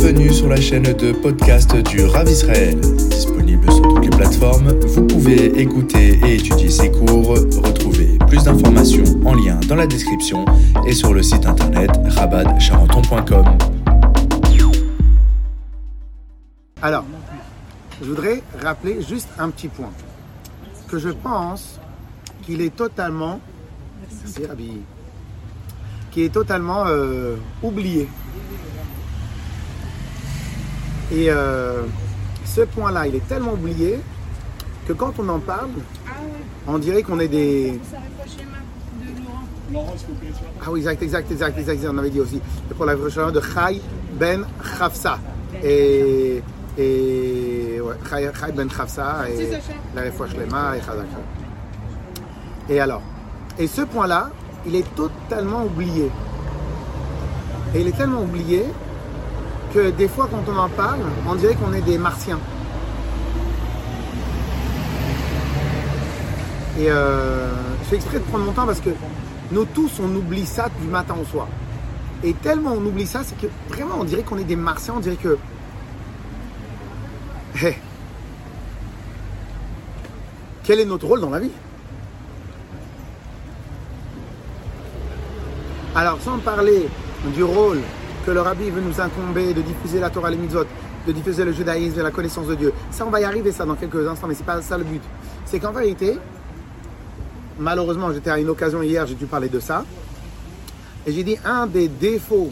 Bienvenue sur la chaîne de podcast du Rav Israël. Disponible sur toutes les plateformes, vous pouvez écouter et étudier ses cours. Retrouvez plus d'informations en lien dans la description et sur le site internet rabadcharenton.com. Alors, je voudrais rappeler juste un petit point. Que je pense qu'il est totalement... Merci Rabbi. Qui est totalement oublié. Et ce point-là, il est tellement oublié que quand on en parle, on dirait qu'on est des... Ah oui, exact, on avait dit aussi. C'est pour la vraie de Chai Ben Chafsa. Et ouais, Chai Ben Chafsa et la Refoua Shlema et Chazaka. Et alors, et ce point-là, il est totalement oublié. Et il est tellement oublié que des fois, quand on en parle, on dirait qu'on est des martiens. Et je fais exprès de prendre mon temps parce que nous tous, on oublie ça du matin au soir. Et tellement on oublie ça, c'est que vraiment, on dirait qu'on est des martiens, on dirait que... Hey, quel est notre rôle dans la vie? Alors, sans parler du rôle que le Rabbi veut nous incomber de diffuser la Torah, les mitzvot, de diffuser le judaïsme et la connaissance de Dieu. Ça, on va y arriver ça dans quelques instants, mais c'est pas ça le but. C'est qu'en vérité, malheureusement, j'étais à une occasion hier, j'ai dû parler de ça, et j'ai dit un des défauts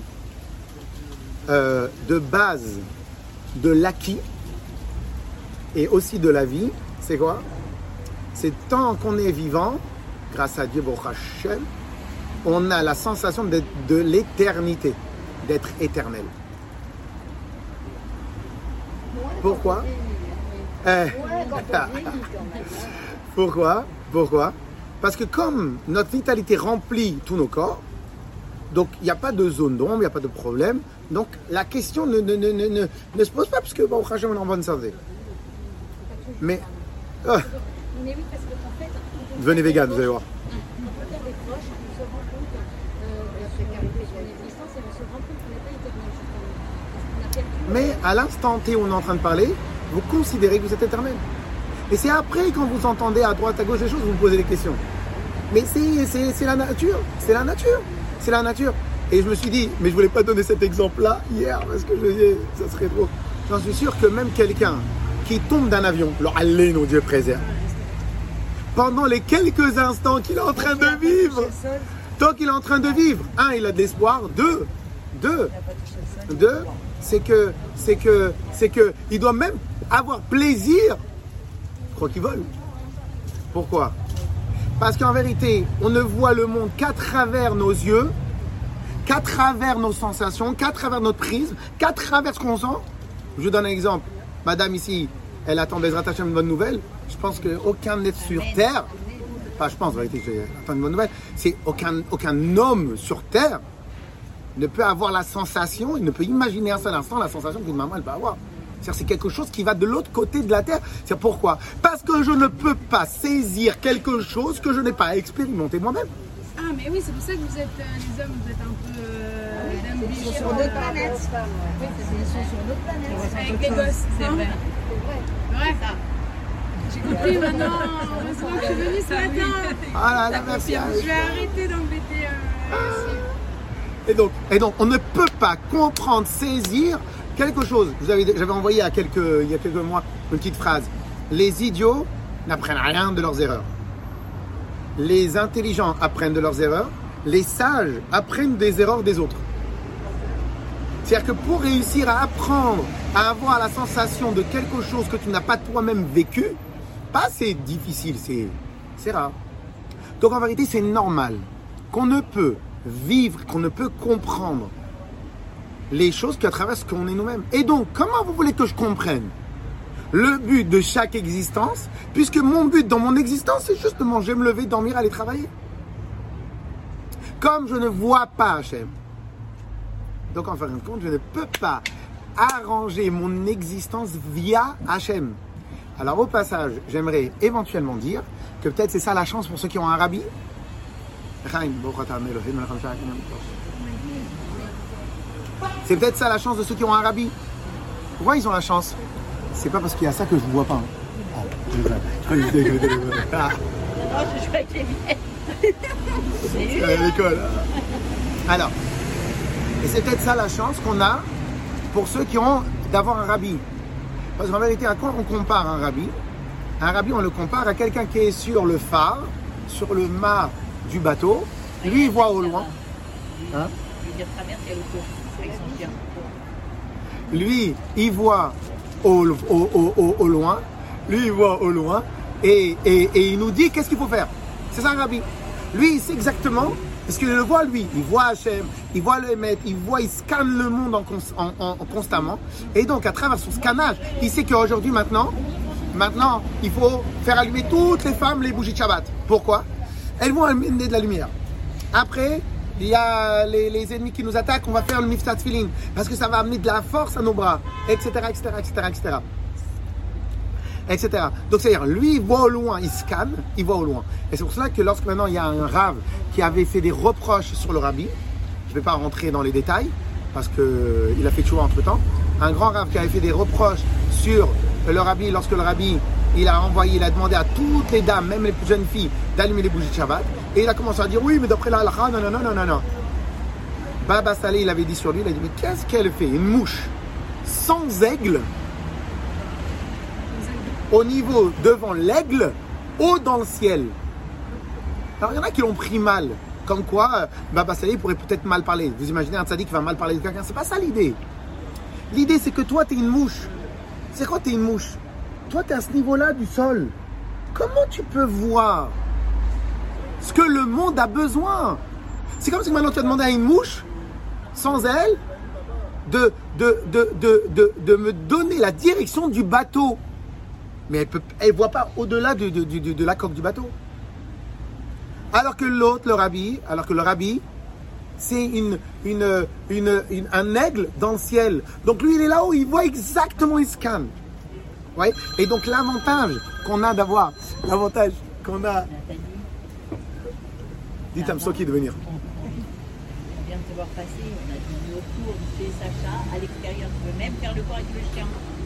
de base de l'acquis et aussi de la vie, c'est quoi? C'est tant qu'on est vivant, grâce à Dieu, Baruch Hashem, on a la sensation d'être de l'éternité, d'être éternel. Pourquoi? Pourquoi? Parce que comme notre vitalité remplit tous nos corps, donc il n'y a pas de zone d'ombre, il n'y a pas de problème, donc la question ne se pose pas parce que bon, on est en bonne santé. Mais devenez vegan, vous allez voir. Mais à l'instant T où on est en train de parler, vous considérez que vous êtes éternel. Et c'est après, quand vous entendez à droite, à gauche des choses, vous vous posez des questions. Mais c'est la nature, c'est la nature. Et je me suis dit, mais je voulais pas donner cet exemple-là hier, parce que je me disais, ça serait trop. J'en suis sûr que même quelqu'un qui tombe d'un avion, alors allez, non, Dieu préserve, pendant les quelques instants qu'il est en train de vivre, tant qu'il est en train de vivre, un, il a de l'espoir, deux, c'est que il doit même avoir plaisir. Je crois qu'il vole. Pourquoi? Parce qu'en vérité, on ne voit le monde qu'à travers nos yeux, qu'à travers nos sensations, qu'à travers notre prisme, qu'à travers ce qu'on sent. Je vous donne un exemple. Madame ici, elle attend Bezrat Hashem une bonne nouvelle. Je pense qu'aucun être sur terre, enfin je pense en vérité que j'attends une bonne nouvelle, c'est aucun homme sur terre ne peut avoir la sensation, il ne peut imaginer un seul instant la sensation qu'une maman elle peut avoir. C'est-à-dire c'est quelque chose qui va de l'autre côté de la terre. C'est pourquoi? Parce que je ne peux pas saisir quelque chose que je n'ai pas expérimenté moi-même. Ah mais oui, c'est pour ça que vous êtes les hommes, vous êtes un peu Ils sont sur d'autres planètes. Oui, ils sont sur d'autres planètes. avec les gosses, c'est vrai. Ouais, ça. J'ai compris maintenant, heureusement que je suis venue ce matin. Ah là là, merci. Je vais arrêter d'embêter Et donc, on ne peut pas comprendre, saisir quelque chose. J'avais envoyé il y a quelques mois une petite phrase. Les idiots n'apprennent rien de leurs erreurs. Les intelligents apprennent de leurs erreurs. Les sages apprennent des erreurs des autres. C'est-à-dire que pour réussir à apprendre, à avoir la sensation de quelque chose que tu n'as pas toi-même vécu, pas c'est difficile, c'est rare. Donc en vérité, c'est normal qu'on ne peut vivre, qu'on ne peut comprendre les choses qu'à travers ce qu'on est nous-mêmes. Et donc, comment vous voulez que je comprenne le but de chaque existence, puisque mon but dans mon existence, c'est juste de manger, me lever, dormir, aller travailler. Comme je ne vois pas Hachem, donc en fin de compte, je ne peux pas arranger mon existence via Hachem. Alors au passage, j'aimerais éventuellement dire que peut-être c'est ça la chance pour ceux qui ont un rabbi. C'est peut-être ça la chance de ceux qui ont un rabbi. Pourquoi ils ont la chance? C'est pas parce qu'il y a ça que je ne vois pas. Ah, je joue avec les vieilles. à l'école. Alors, et c'est peut-être ça la chance qu'on a pour ceux qui ont d'avoir un rabbi. Parce qu'en vérité, à quoi on compare un rabbi? Un rabbi, on le compare à quelqu'un qui est sur le phare, sur le mât du bateau. Lui, il voit au loin. Hein? Lui, il voit au loin. Lui, il voit au loin. Et il nous dit qu'est-ce qu'il faut faire. C'est ça un rabbi. Lui, il sait exactement, parce qu'il le voit lui. Il voit Hachem, il voit le Hémet, il scanne le monde constamment. Et donc, à travers son scannage, il sait qu'aujourd'hui, maintenant, il faut faire allumer toutes les femmes les bougies de Shabbat. Pourquoi? Elles vont amener de la lumière. Après, il y a les ennemis qui nous attaquent, on va faire le Miftat Tfilin, parce que ça va amener de la force à nos bras, etc., etc., etc., etc. Etc. Donc c'est-à-dire, lui, il voit au loin, il scanne, il voit au loin. Et c'est pour cela que lorsque maintenant il y a un Rav qui avait fait des reproches sur le Rabbi, je ne vais pas rentrer dans les détails, parce qu'il a fait tchouva entre temps, un grand Rav qui avait fait des reproches sur le Rabbi, lorsque le Rabbi, il a demandé à toutes les dames, même les plus jeunes filles, d'allumer les bougies de Shabbat, et il a commencé à dire, oui, mais d'après la halakha, non. Baba Saleh, il avait dit sur lui, il a dit, mais qu'est-ce qu'elle fait? Une mouche sans aigle, au niveau devant l'aigle, haut dans le ciel. Alors il y en a qui l'ont pris mal, comme quoi Baba Saleh pourrait peut-être mal parler. Vous imaginez un tzaddik qui va mal parler de quelqu'un? C'est pas ça l'idée. L'idée c'est que toi tu es une mouche. C'est quoi tu es une mouche? Toi tu es à ce niveau-là du sol. Comment tu peux voir ce que le monde a besoin? C'est comme si maintenant tu as demandé à une mouche, sans elle, de me donner la direction du bateau. Mais elle ne voit pas au-delà de la coque du bateau. Alors que le rabbi, c'est un aigle dans le ciel. Donc lui, il est là-haut, il voit exactement, il scanne. Ouais. Et donc l'avantage qu'on a, dites à Msoki de venir. On vient de te voir passer, on a dit autour, tu fais Sacha, à l'extérieur, tu veux même faire le corps avec le chien.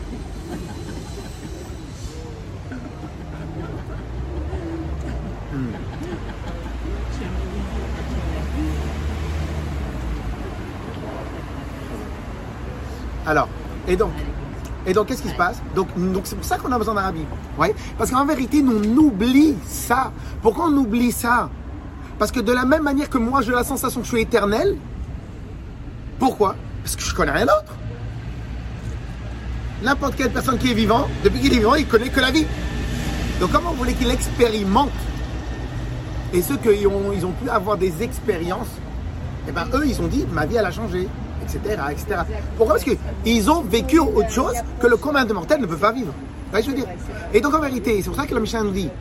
Alors, et donc qu'est-ce qui se passe? Donc c'est pour ça qu'on a besoin d'un rabbi. Ouais? Parce qu'en vérité, nous, on oublie ça. Pourquoi on oublie ça? Parce que de la même manière que moi, j'ai la sensation que je suis éternel. Pourquoi? Parce que je ne connais rien d'autre. N'importe quelle personne qui est vivant, depuis qu'il est vivant, il ne connaît que la vie. Donc comment vous voulez qu'il expérimente? Et ceux qui ont pu avoir des expériences, eh ben eux, ils ont dit, ma vie, elle a changé, etc., etc. Pourquoi? Parce qu'ils ont vécu autre chose que le commun de mortel ne peut pas vivre. Vous voyez ce que je veux dire? Et donc en vérité, c'est pour ça que la Mishnah nous dit,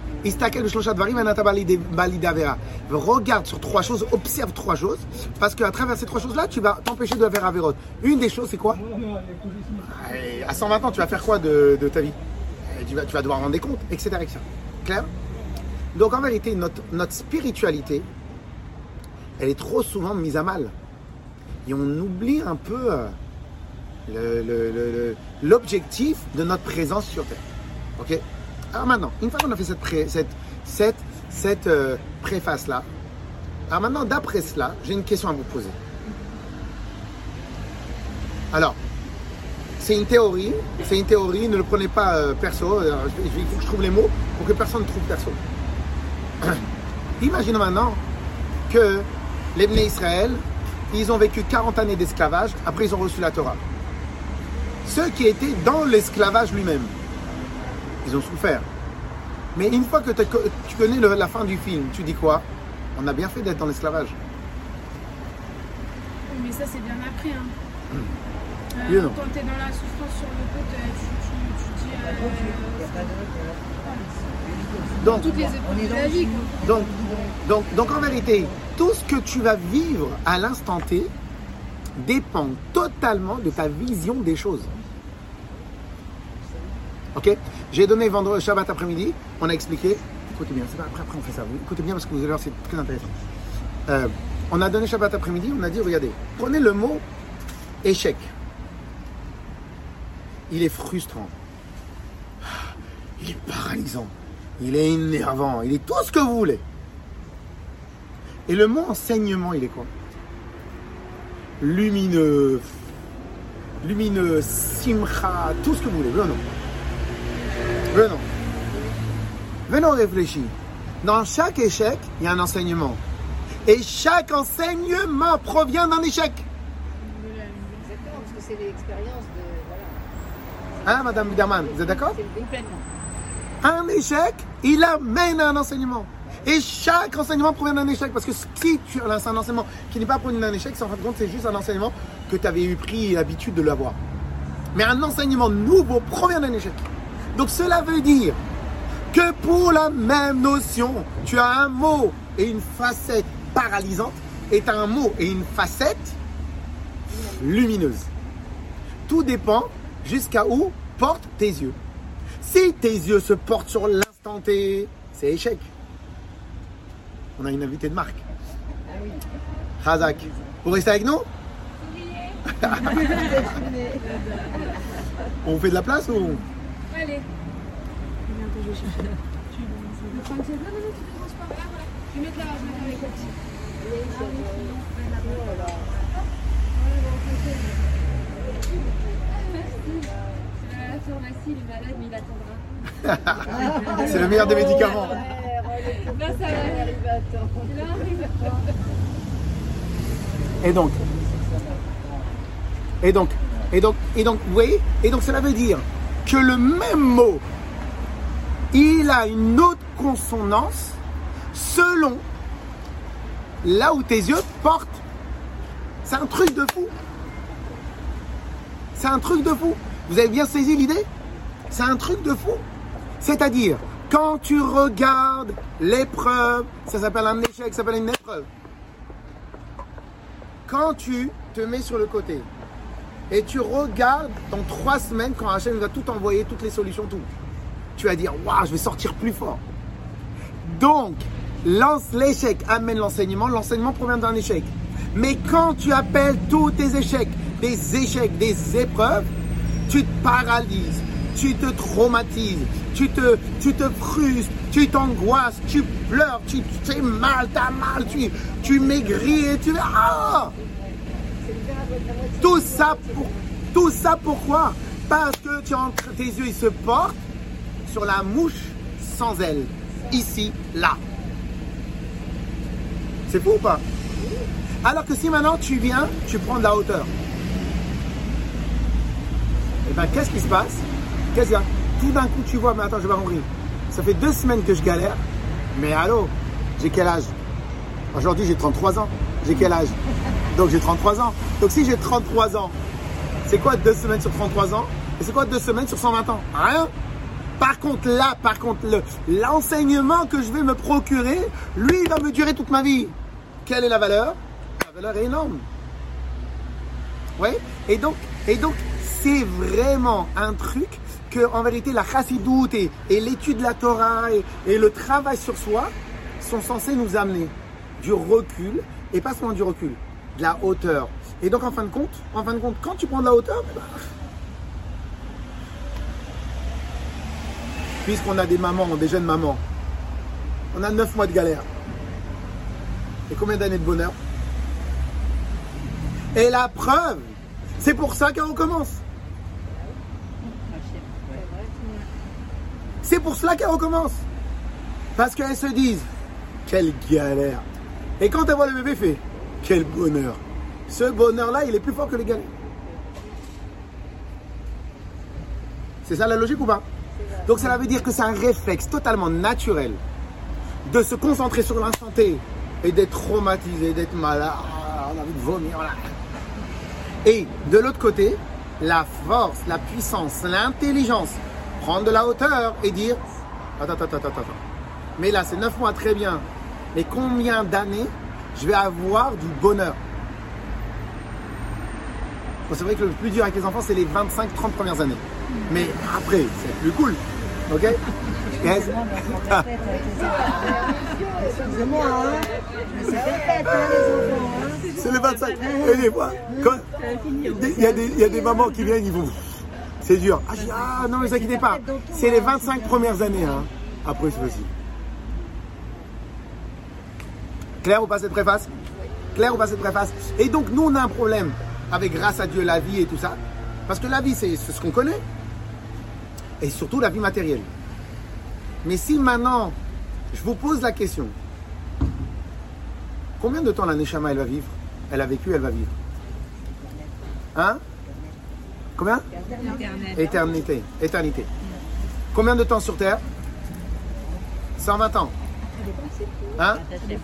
regarde sur trois choses, observe trois choses, parce qu'à travers ces trois choses-là, tu vas t'empêcher de faire avérote. Une des choses, c'est quoi? À 120 ans, tu vas faire quoi de ta vie? Tu vas devoir rendre des comptes, etc., etc. Clair? Donc en vérité, notre spiritualité, elle est trop souvent mise à mal. Et on oublie un peu l'objectif de notre présence sur Terre. Ok? Alors maintenant, une fois qu'on a fait cette préface-là, alors maintenant, d'après cela, j'ai une question à vous poser. Alors, c'est une théorie, ne le prenez pas perso, il faut que je trouve les mots pour que personne ne trouve perso. Imaginons maintenant que les Bnei Israël, ils ont vécu 40 années d'esclavage, après ils ont reçu la Torah. Ceux qui étaient dans l'esclavage lui-même, ils ont souffert. Mais une fois que tu connais la fin du film, tu dis quoi? On a bien fait d'être dans l'esclavage. Mais ça c'est bien après. Hein. Quand tu es dans la souffrance sur le côté, tu dis... Donc, toutes les épreuves de la vie. Donc en vérité, tout ce que tu vas vivre à l'instant T dépend totalement de ta vision des choses. Ok? J'ai donné vendredi, Shabbat après-midi, on a expliqué, écoutez bien, après on fait ça, vous écoutez bien parce que vous allez voir, c'est très intéressant. On a donné Shabbat après-midi, on a dit, regardez, prenez le mot échec. Il est frustrant. Il est paralysant. Il est énervant. Il est tout ce que vous voulez. Et le mot enseignement, il est quoi? Lumineux, simcha, tout ce que vous voulez. Venons réfléchir. Dans chaque échec, il y a un enseignement. Et chaque enseignement provient d'un échec. Exactement, parce que c'est l'expérience de... Voilà. Hein, Madame Biderman, vous êtes d'accord? C'est complètement. Un échec, il amène à un enseignement. Et chaque enseignement provient d'un échec. Parce que si tu as un enseignement qui n'est pas produit d'un échec, en fin de compte, c'est juste un enseignement que tu avais pris l'habitude de l'avoir. Mais un enseignement nouveau provient d'un échec. Donc cela veut dire que pour la même notion, tu as un mot et une facette paralysante et tu as un mot et une facette lumineuse. Tout dépend jusqu'à où portent tes yeux. Si tes yeux se portent sur l'instant T, c'est échec. On a une invitée de marque. Ah oui. Razak, vous restez avec nous? On fait de la place ou? Allez. Bientôt, je vais chercher. Non, tu ne déranges pas. Voilà. Je vais mettre là, avec le petit. La pharmacie, il est malade, mais il attendra. C'est le meilleur des médicaments. Là, ça va. Et donc, vous voyez, et donc cela veut dire que le même mot, il a une autre consonance selon là où tes yeux portent. C'est un truc de fou. C'est un truc de fou. Vous avez bien saisi l'idée? C'est un truc de fou. C'est-à-dire, quand tu regardes l'épreuve, ça s'appelle un échec, ça s'appelle une épreuve. Quand tu te mets sur le côté et tu regardes dans 3 semaines, quand Hachem va tout envoyer, toutes les solutions, tout, tu vas dire, waouh, je vais sortir plus fort. Donc, l'échec amène l'enseignement provient d'un échec. Mais quand tu appelles tous tes échecs, des épreuves, tu te paralyses, tu te traumatises, tu te frustres, tu t'angoisses, tu pleures, tu fais mal, t'as mal, tu maigris et tu... Ah! Tout ça pourquoi? Parce que tes yeux ils se portent sur la mouche sans aile, ici, là. C'est fou ou pas? Alors que si maintenant tu viens, tu prends de la hauteur. Et bien qu'est-ce qui se passe? Qu'est-ce qu'il y a? Tout d'un coup tu vois, mais attends, je vais mourir. Ça fait 2 semaines que je galère. Mais allô, j'ai quel âge? Aujourd'hui j'ai 33 ans. J'ai quel âge? Donc j'ai 33 ans. Donc si j'ai 33 ans, c'est quoi 2 semaines sur 33 ans? Et c'est quoi 2 semaines sur 120 ans? Rien. Par contre l'enseignement que je vais me procurer, lui il va me durer toute ma vie. Quelle est la valeur? La valeur est énorme. Ouais. Et donc c'est vraiment un truc que en vérité la chassidoute et l'étude de la Torah et le travail sur soi sont censés nous amener du recul, et pas seulement du recul, de la hauteur. Et donc en fin de compte, quand tu prends de la hauteur, puisqu'on a des mamans, des jeunes mamans, on a 9 mois de galère. Et combien d'années de bonheur? Et la preuve, c'est pour ça qu'elle recommence. C'est pour cela qu'elles recommencent. Parce qu'elles se disent, quelle galère. Et quand elles voient le bébé, fait, quel bonheur. Ce bonheur-là, il est plus fort que les galères. C'est ça la logique ou pas? Donc cela veut dire que c'est un réflexe totalement naturel de se concentrer sur l'instant T et d'être traumatisé, d'être malade, on a envie de vomir. Voilà. Et de l'autre côté, la force, la puissance, l'intelligence, prendre de la hauteur et dire attends. Mais là, c'est 9 mois, très bien. Mais combien d'années je vais avoir du bonheur? Bon, c'est vrai que le plus dur avec les enfants, c'est les 25-30 premières années. Mais après, c'est plus cool. Ok? Yes. Excusez-moi, hein. Mais c'est perfect, hein, les enfants, hein. C'est les 25. Et des fois, il y a des mamans qui viennent, ils vont. C'est dur. Non, ne vous inquiétez pas. C'est les 25 premières années. Hein. Après, c'est possible. Clair ou pas cette préface? Clair ou pas cette préface? Et donc, nous, on a un problème avec, grâce à Dieu, la vie et tout ça. Parce que la vie, c'est ce qu'on connaît. Et surtout, la vie matérielle. Mais si maintenant, je vous pose la question, combien de temps la Neshama, elle va vivre? Elle a vécu, elle va vivre. Hein? Combien? Éternité. Éternité. Combien de temps sur Terre? 120 ans. Hein?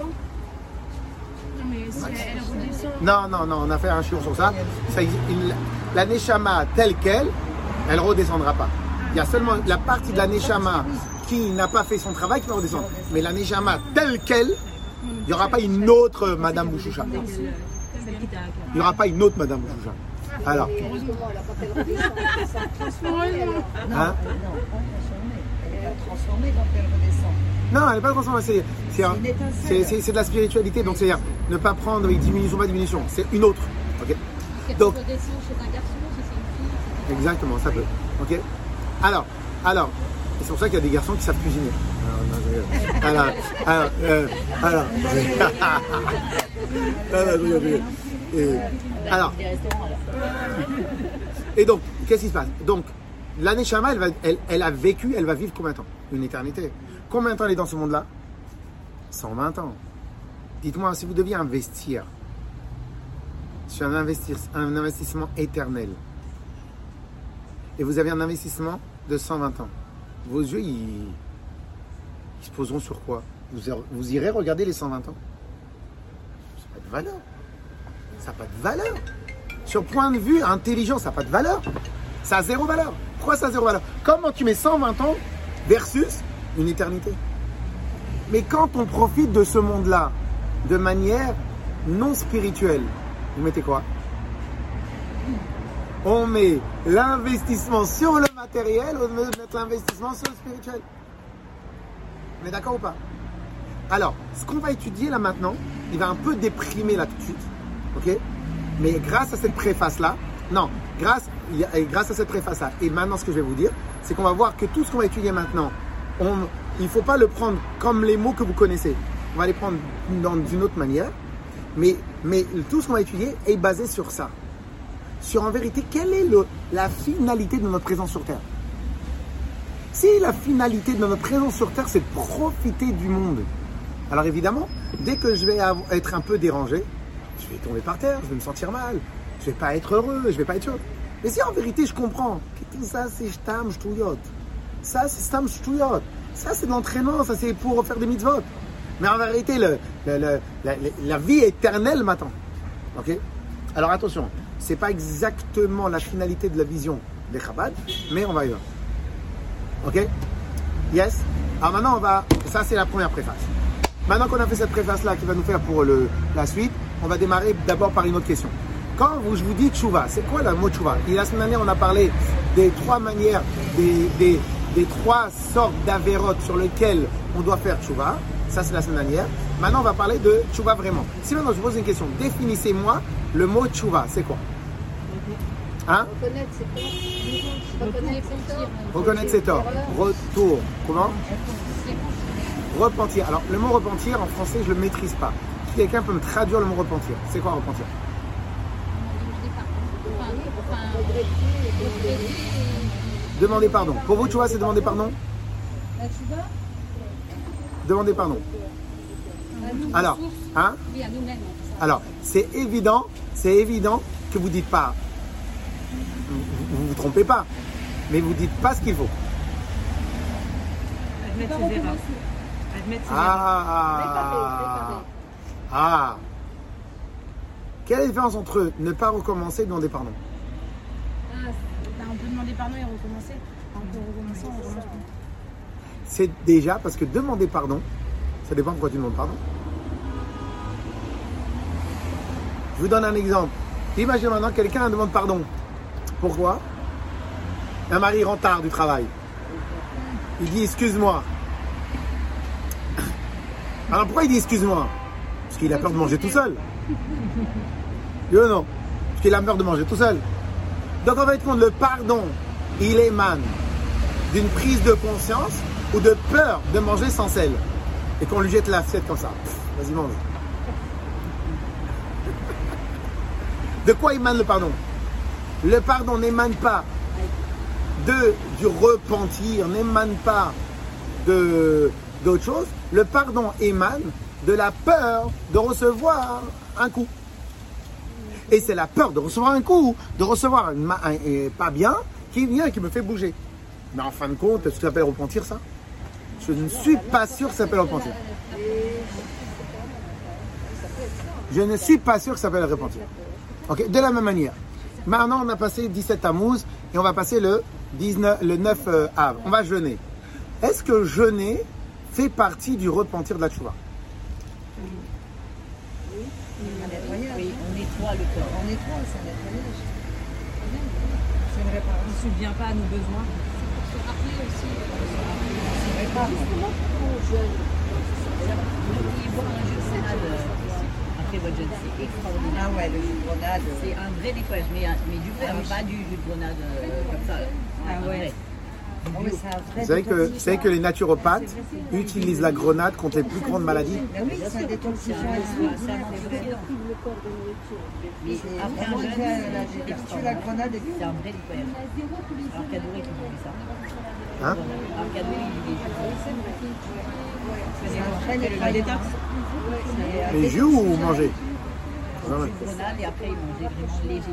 Non, mais si elle redescend. Non, on a fait un chiot sur ça. La Neshama telle qu'elle, elle ne redescendra pas. Il y a seulement la partie de la Neshama qui n'a pas fait son travail qui va redescendre. Mais la Neshama telle qu'elle, il n'y aura pas une autre Madame Bouchoucha. Il n'y aura pas une autre Madame Bouchoucha. Alors. Et heureusement, là, quand elle redescend, elle s'est transformée. Hein? Elle est transformée quand elle redescend. Non, elle n'est pas transformée. C'est de la spiritualité. Donc, c'est-à-dire ne pas prendre avec diminution, pas diminution. C'est une autre. Okay? Donc, redescend chez un garçon, si c'est une fille. Exactement, ça peut. Ok. Alors, et c'est pour ça qu'il y a des garçons qui savent cuisiner. Et donc, qu'est-ce qui se passe? Donc, la Neshama, elle a vécu, elle va vivre combien de temps? Une éternité. Combien de temps elle est dans ce monde-là? 120 ans. Dites-moi, si vous deviez investir sur un investissement éternel, et vous avez un investissement de 120 ans, vos yeux, ils se poseront sur quoi? Vous irez regarder les 120 ans? Ça n'a pas de valeur. Ça n'a pas de valeur. Sur point de vue intelligent, ça n'a pas de valeur. Ça a zéro valeur. Pourquoi ça a zéro valeur? Comment tu mets 120 ans versus une éternité? Mais quand on profite de ce monde-là de manière non spirituelle, vous mettez quoi? On met l'investissement sur le matériel au lieu de mettre l'investissement sur le spirituel. On est d'accord ou pas? Alors, ce qu'on va étudier là maintenant, il va un peu déprimer là tout de suite. Ok? Mais grâce à cette préface-là, grâce à cette préface-là, et maintenant ce que je vais vous dire, c'est qu'on va voir que tout ce qu'on va étudier maintenant, il ne faut pas le prendre comme les mots que vous connaissez. On va les prendre d'une autre manière. Mais tout ce qu'on va étudier est basé sur ça. Sur en vérité, quelle est la finalité de notre présence sur Terre? Si la finalité de notre présence sur Terre, c'est de profiter du monde, alors évidemment, dès que je vais être un peu dérangé, je vais tomber par terre, je vais me sentir mal, je vais pas être heureux, je vais pas être heureux. Mais si en vérité je comprends que ça c'est stam shtuyot, ça c'est stam shtuyot, ça c'est de l'entraînement, ça c'est pour faire des mitzvot. Mais en vérité, la vie éternelle m'attend. Ok? Alors attention, c'est pas exactement la finalité de la vision des Chabad, mais on va y voir. Ok? Yes? Alors maintenant ça c'est la première préface. Maintenant qu'on a fait cette préface-là qui va nous faire pour la suite, on va démarrer d'abord par une autre question. Quand je vous dis tchouva, c'est quoi le mot tchouva? Et la semaine dernière, on a parlé des trois manières, des trois sortes d'avérotes sur lesquelles on doit faire tchouva. Ça, c'est la semaine dernière. Maintenant, on va parler de tchouva vraiment. Si maintenant je vous pose une question, définissez-moi le mot tchouva, c'est quoi? Hein? Reconnaître ses torts. Reconnaître ses torts. Retour. Comment? Repentir. Alors, le mot repentir, en français, je ne le maîtrise pas. Si quelqu'un peut me traduire le mot repentir, c'est quoi repentir? Demander pardon. Pour vous, tu vois, c'est demander pardon? Demander pardon. Alors, hein? Alors, c'est évident que vous dites pas, vous trompez pas, mais vous dites pas ce qu'il faut. Admettre ses erreurs. Quelle est la différence entre ne pas recommencer et demander pardon? On peut demander pardon et recommencer. On peut recommencer, on recommence pas. C'est déjà parce que demander pardon, ça dépend pourquoi tu demandes pardon. Je vous donne un exemple. Imaginez maintenant quelqu'un demande pardon. Pourquoi? Un mari rentre tard du travail. Il dit excuse-moi. Alors pourquoi il dit excuse-moi? Parce qu'il a peur de manger tout seul. Oui ou non? Parce qu'il a peur de manger tout seul. Donc en fait, le pardon, il émane d'une prise de conscience ou de peur de manger sans sel. Et qu'on lui jette l'assiette comme ça. Vas-y, mange. De quoi émane le pardon? Le pardon n'émane pas du repentir, n'émane pas d'autre chose. Le pardon émane de la peur de recevoir un coup. Et c'est la peur de recevoir un coup, de recevoir pas bien, qui vient et qui me fait bouger. Mais en fin de compte, est-ce que ça s'appelle repentir, ça? Je ne suis pas sûr que ça s'appelle repentir. Je ne suis pas sûr que ça s'appelle repentir. Okay. De la même manière. Maintenant, on a passé 17 Tammuz et on va passer le 9 Av. On va jeûner. Est-ce que jeûner fait partie du repentir de la tchouva? Oui, on nettoie le corps. On nettoie, c'est un nettoyage. C'est une réparation. On ne se souvient pas à nos besoins. Se rappeler aussi. C'est Justement, pour jeûne. Ils boivent un jus de grenade après votre jeûne, c'est extraordinaire. Ah ouais, le jus de grenade. C'est un vrai nettoyage, mais du vrai, pas du jus de grenade comme ça. Ah ouais. Oui, c'est un vrai. Vous savez que les naturopathes utilisent la grenade contre les plus grandes maladies? Mais oui, c'est un détoxifiant. C'est un antioxydant. Mais après un jeûne, la grenade et c'est un vrai nettoyage. Alors Kadouri qui dit ça. Hein? Alors Kadouri, il dit c'est un détox. Les jus ou manger? jus de grenade et après ils mangeaient vraiment léger.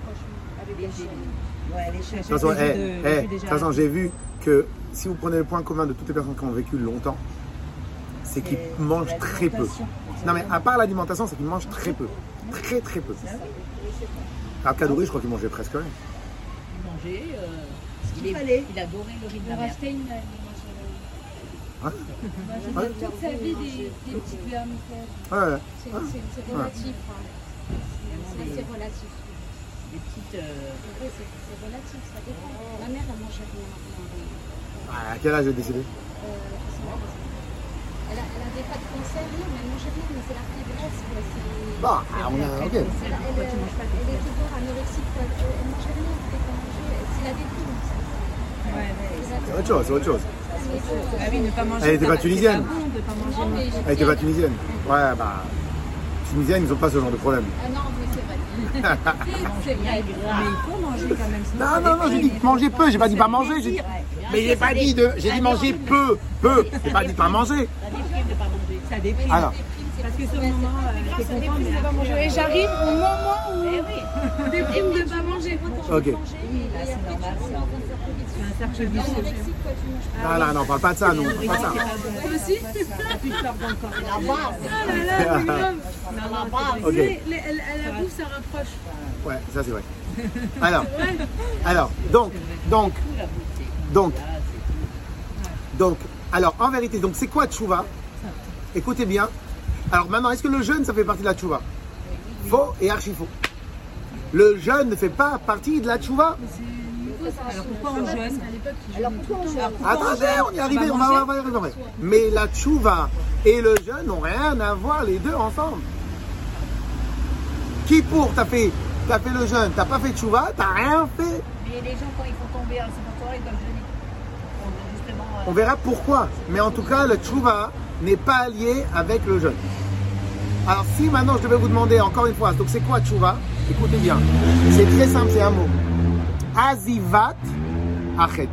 Ouais, les chefs. De toute façon, j'ai vu que si vous prenez le point commun de toutes les personnes qui ont vécu longtemps, c'est qu'ils mangent très peu. Non mais à part l'alimentation, c'est qu'ils mangent très peu. Très très peu. Alors Kadouri, je crois qu'il mangeait presque rien. Il mangeait, il adorait le riz de la On mer. rachetait une. Hein? Ouais. Toute sa vie des petites vermicelles. Ouais. C'est relatif. Hein. C'est relatif. Des petites... Oui, c'est relatif, ça dépend. Ma mère, elle mange rien maintenant. À quel âge j'ai décidé? Elle n'avait pas de cancer, non, mais elle mange rien, mais c'est la faiblesse. Bon, on a... Ok. Elle est toujours anorexique. Elle mange rien, c'est la déprime. C'est autre chose, c'est autre chose. Ah oui, ne pas manger. Elle n'était pas tunisienne. De pas manger. Elle n'était pas tunisienne. Ouais, bah... Tunisiennes, ils n'ont pas ce genre de problème. Ah non, mais c'est vrai. C'est vrai. Mais il faut manger quand même. Sinon Non, j'ai dit manger peu, j'ai pas dit pas manger. Mais j'ai pas dit de... J'ai dit manger peu. J'ai pas dit pas manger. Ça déprime de pas manger. ça déprime. Alors, Parce que sur le moment, t'es content, mais pas manger. Et j'arrive au moment où Eh oui. déprime de pas manger. ok. oui, là c'est normal. C'est un cercle vicieux. Non, on parle pas de ça, nous. On parle pas de ça. Toi aussi. T'as plus peur dans le corps. La base. Ah là là, c'est grave. La base. Ok. La bouffe, ça rapproche. Ouais, ça c'est vrai. Alors, donc, alors, en vérité, donc c'est quoi tchouva? Écoutez bien. Alors maintenant, est-ce que le jeûne, ça fait partie de la tchouva? Faux et archi faux. Le jeûne ne fait pas partie de la tchouva. Alors pourquoi on jeûne? Attendez, on y est arrivé, on va y arriver. Mais la tchouva et le jeûne n'ont rien à voir les deux ensemble. T'as fait le jeûne, t'as pas fait tchouva, t'as rien fait. Mais les gens, quand ils font tomber un sénateur, ils doivent jeûner. Justement, On verra pourquoi. Mais en tout cas, le tchouva n'est pas lié avec le jeûne. Alors si maintenant je devais vous demander encore une fois, donc c'est quoi tchouva? Écoutez bien, c'est très simple, c'est un mot. Azivat achet.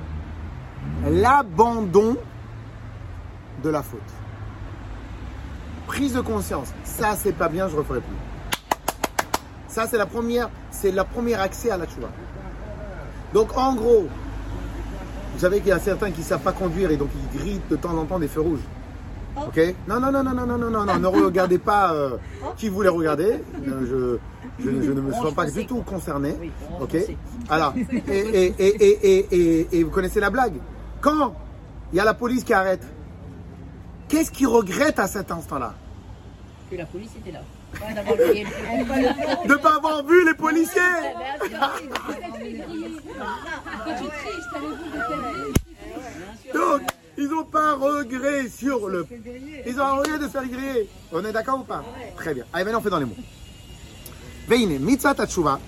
L'abandon de la faute. Prise de conscience. Ça c'est pas bien, je ne referai plus. Ça c'est le premier accès à la tchouva. Donc en gros, vous savez qu'il y a certains qui ne savent pas conduire et donc ils grillent de temps en temps des feux rouges. Ok? Non, ne regardez pas qui vous les regardez. Je ne me sens pas du tout concerné. Ok? Alors, et vous connaissez la blague. Quand il y a la police qui arrête, qu'est-ce qu'ils regrettent à cet instant-là? que la police était là. Pas De ne pas avoir vu les policiers. Quand tu tristes, allez-vous de ta vie. Donc, ils n'ont pas regret sur le... Ils ont un regret de se faire griller. On est d'accord ou pas? Très bien. Allez, maintenant on fait dans les mots. Veine, mitzvah tatshuva.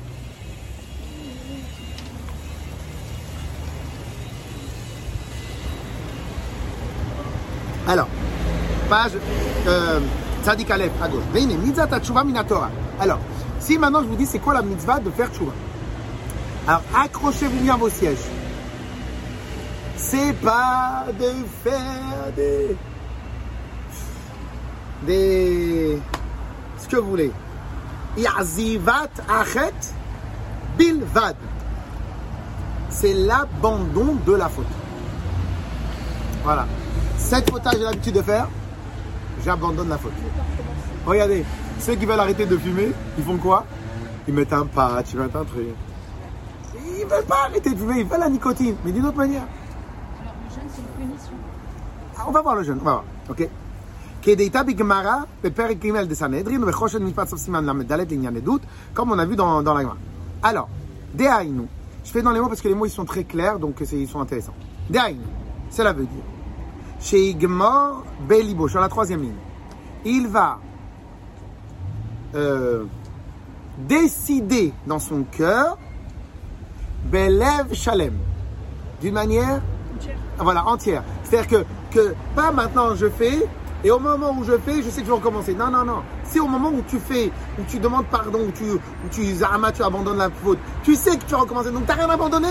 Alors, page Tzadik Aleph à gauche. Veine, mitzvah tatshuva mina Torah. Alors, si maintenant je vous dis c'est quoi la mitzvah de faire tshuva. Alors, accrochez-vous bien vos sièges. C'est pas de faire ce que vous voulez. Yazivat achet bilvad. C'est l'abandon de la faute. Voilà. Cette faute-là, j'ai l'habitude de faire. J'abandonne la faute. Regardez, ceux qui veulent arrêter de fumer, ils font quoi? Ils mettent un patch, ils mettent un truc. Ils veulent pas arrêter de fumer, ils veulent la nicotine, mais d'une autre manière. Alors le jeûne, c'est une punition. On va voir le jeûne, on va voir. Ok. Kedeita bigmara beperek gimel de Sanhedrin vechoshen mifat sof siman lamed dalet l'inyan edut, comme on a vu dans la Gemara. Alors, dehainu. Je fais dans les mots parce que les mots ils sont très clairs, donc ils sont intéressants. Dehainu, cela veut dire sheigmor belibo, sur la troisième ligne. Il va décider dans son cœur belev shalem, d'une manière entière. C'est-à-dire que pas maintenant je fais et au moment où je fais, je sais que je vais recommencer. Non. C'est au moment où tu fais, où tu demandes pardon, où tu abandonnes la faute. Tu sais que tu vas recommencer, donc tu n'as rien abandonné.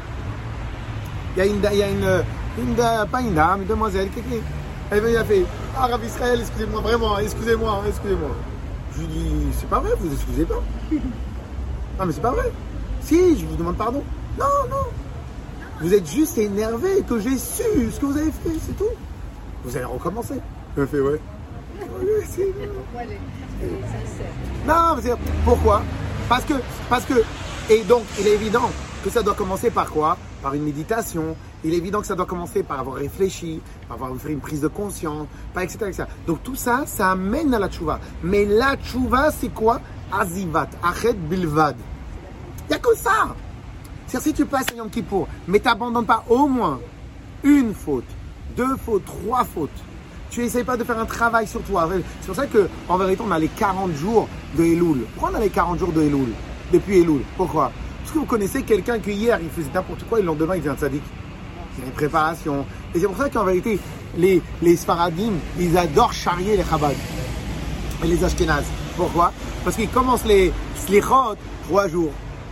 Il y a une demoiselle qui elle a fait Rav Israël, excusez-moi, vraiment, excusez-moi. Je lui dis, c'est pas vrai, vous excusez pas. Non, mais c'est pas vrai. Si, je vous demande pardon. Non. Vous êtes juste énervé que j'ai su ce que vous avez fait, c'est tout. Vous allez recommencer. Je me fais, ouais. Pourquoi les sincères? Non, mais pourquoi? Parce que, et donc, il est évident que ça doit commencer par quoi? Par une méditation. Il est évident que ça doit commencer par avoir réfléchi, par avoir fait une prise de conscience, par etc. Donc tout ça, ça amène à la tchouva. Mais la tchouva, c'est quoi? Azivat, achet bilvad. Il n'y a que ça. C'est-à-dire si tu passes un Yom Kippour, mais tu n'abandonnes pas au moins une faute, 2 fautes, 3 fautes, tu n'essayes pas de faire un travail sur toi. C'est pour ça qu'en vérité, on a les 40 jours de Elul. Pourquoi on a les 40 jours de Elul? Depuis Elul. Pourquoi? Parce que vous connaissez quelqu'un qui hier, il faisait n'importe quoi et le lendemain, il devient tzaddik. Il y a une préparation. Et c'est pour ça qu'en vérité, les Sfaradim, ils adorent charrier les Chabad et les Ashkenaz. Pourquoi? Parce qu'ils commencent les Slichot 3 jours.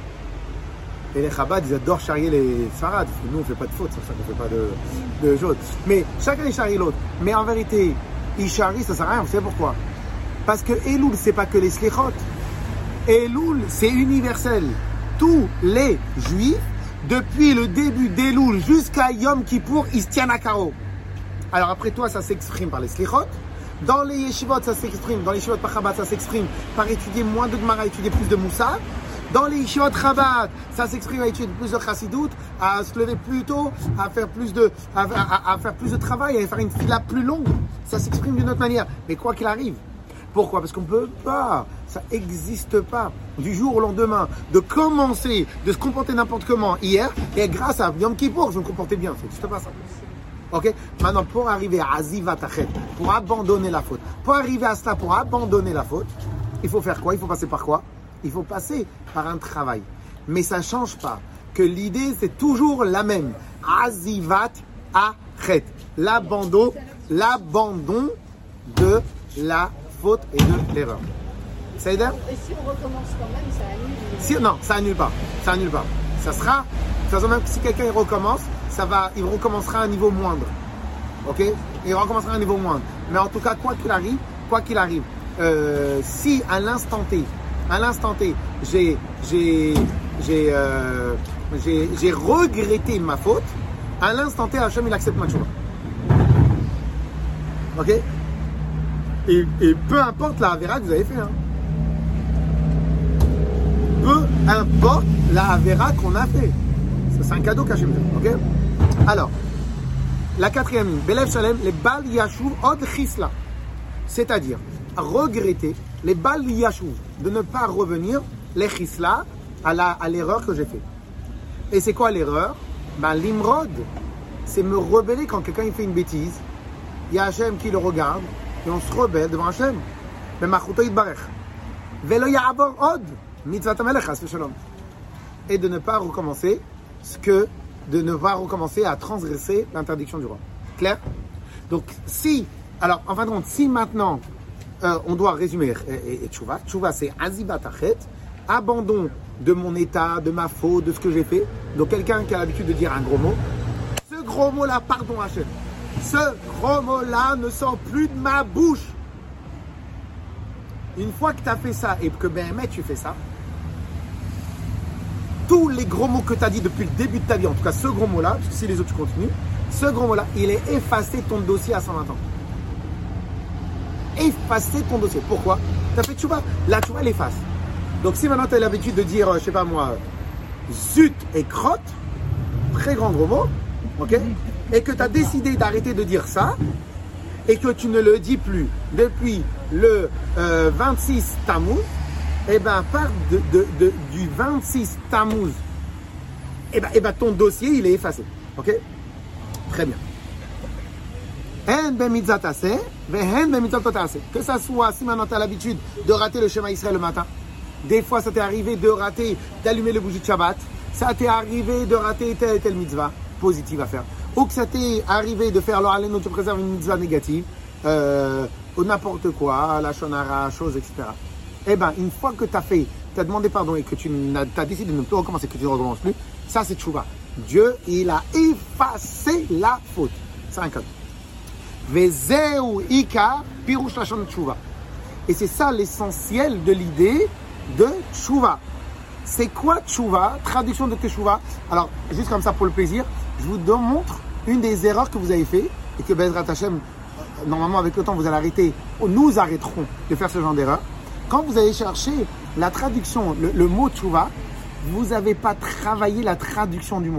Et les Chabad, ils adorent charrier les Sfarad. Parce que nous, on ne fait pas de faute, c'est pour ça qu'on ne fait pas de choses. Mais chacun, il charrie l'autre. Mais en vérité, ils charrient, ça ne sert à rien. Vous savez pourquoi? Parce que Elul, ce n'est pas que les Slichot. Elul, c'est universel. Tous les Juifs, depuis le début d'Elul jusqu'à Yom Kippour, ils se tiennent à carreau. Alors après toi, ça s'exprime par les Slichot. Dans les Yeshivot, ça s'exprime. Dans les Yeshivot par Chabad, ça s'exprime par étudier moins de Gemara, étudier plus de Moussa. Dans les Yeshivot Chabad, ça s'exprime à étudier plus de Chassidut, à se lever plus tôt, à faire plus de travail, à faire une fila plus longue. Ça s'exprime d'une autre manière. Mais quoi qu'il arrive. Pourquoi? Parce qu'on ne peut pas, ça n'existe pas, du jour au lendemain, de commencer, de se comporter n'importe comment hier, et grâce à Yom Kippour, je me comportais bien, ça n'existe pas ça. Ok? Maintenant, pour arriver à Azivat Achet, pour abandonner la faute, pour arriver à cela, pour abandonner la faute, il faut faire quoi? Il faut passer par quoi? Il faut passer par un travail. Mais ça ne change pas, que l'idée c'est toujours la même. Azivat Achet, l'abandon de la faute et de l'erreur. Ça aide? Et si on recommence quand même, ça annule? Non, ça annule pas. Ça annule pas. Ça sera, de toute façon, même si quelqu'un recommence, il recommencera à un niveau moindre. Ok? Il recommencera à un niveau moindre. Mais en tout cas, quoi qu'il arrive, si à l'instant T, j'ai regretté ma faute, à l'instant T, Hachem, il accepte ma tchouva. Ok? Et peu importe la avéra que vous avez fait. Hein. Peu importe la avéra qu'on a fait. C'est un cadeau qu'Hachem fait. Ok? Alors, la 4e ligne. Belev Shalem, les Bal Yashuv Od Chisla. C'est-à-dire, regretter les Bal Yashuv, de ne pas revenir, les Chisla, à l'erreur que j'ai fait. Et c'est quoi l'erreur? L'Imrod. c'est me rebeller quand quelqu'un il fait une bêtise. Il y a Hachem qui le regarde et on se rebelle devant Hachem. Mais Machuto Yitbarech. Velo ya'avor od mitzvat hamelech chas v'shalom. Et de ne pas recommencer à transgresser l'interdiction du roi. Clair? Donc si maintenant on doit résumer et tchouva. Tchouva c'est azibat achet, abandon de mon état, de ma faute, de ce que j'ai fait. Donc quelqu'un qui a l'habitude de dire un gros mot, ce gros mot-là, pardon Hachem, ce gros mot-là ne sort plus de ma bouche. Une fois que tu as fait ça et que tu fais ça, tous les gros mots que tu as dit depuis le début de ta vie, en tout cas ce gros mot-là, parce que si les autres tu continues, ce gros mot-là, il est effacé de ton dossier à 120 ans. Effacer ton dossier. Pourquoi? Tu as fait tchouva. La tchouva, elle efface. Donc si maintenant tu as l'habitude de dire, je sais pas moi, zut et crotte, très grand gros mot, ok, et que tu as décidé d'arrêter de dire ça, et que tu ne le dis plus depuis le 26 Tammuz, et bien part du 26 Tammuz, et ben ton dossier il est effacé. Ok? Très bien. Que ça soit, si maintenant tu as l'habitude de rater le Shema Israël le matin, des fois ça t'est arrivé de rater, d'allumer le bougie de Shabbat, ça t'est arrivé de rater telle mitzvah positive à faire, ou que ça t'est arrivé de faire l'Oraleno, tu préserves une mitzvah négative, ou n'importe quoi, la shonara, chose, etc. Eh bien, une fois que tu as demandé pardon et que tu as décidé de ne plus recommencer, que tu ne recommences plus, ça c'est tchouva. Dieu, il a effacé la faute. C'est un code. Vezeu ikar pirush lashon tchouva. Et c'est ça l'essentiel de l'idée de tchouva. C'est quoi tchouva? Traduction de tchouva. Alors, juste comme ça pour le plaisir, je vous montre une des erreurs que vous avez fait et que Bezrat Hashem, normalement avec le temps vous allez arrêter, nous arrêterons de faire ce genre d'erreur. Quand vous allez chercher la traduction, le mot tchouva, vous n'avez pas travaillé la traduction du mot.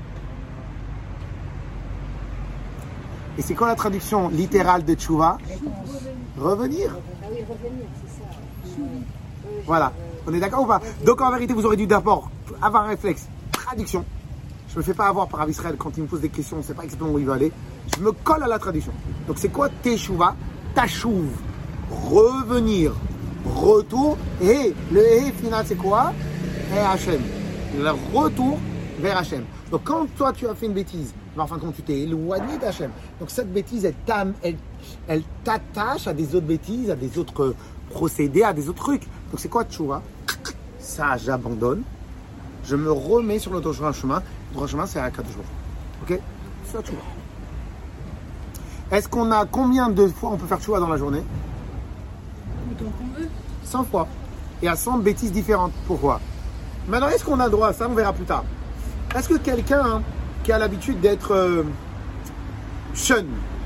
Et c'est quoi la traduction littérale de tchouva? Revenir. Ah oui, revenir, c'est ça. Voilà. On est d'accord ou pas? Donc en vérité, vous aurez dû d'abord avoir un réflexe. Traduction. Je ne me fais pas avoir par Rav Israël quand il me pose des questions, on ne sait pas exactement où il veut aller. Je me colle à la traduction. Donc c'est quoi teshuva? Tachouv. Revenir. Retour. Et le et final c'est quoi? Et Hachem. Le retour vers Hachem. Donc quand toi tu as fait une bêtise, en fin de compte tu t'es éloigné d'Hachem. Donc cette bêtise elle t'attache à des autres bêtises, à des autres procédés, à des autres trucs. Donc c'est quoi tchouva? Ça j'abandonne. Je me remets sur le droit chemin. Le droit chemin c'est à 4 jours. Ok? C'est ça tchouva. Est-ce qu'on a combien de fois on peut faire tchouva dans la journée? Autant qu'on veut. 100 fois. Et à 100 bêtises différentes. Pourquoi? Maintenant, est-ce qu'on a droit à ça? On verra plus tard. Est-ce que quelqu'un qui a l'habitude d'être jeune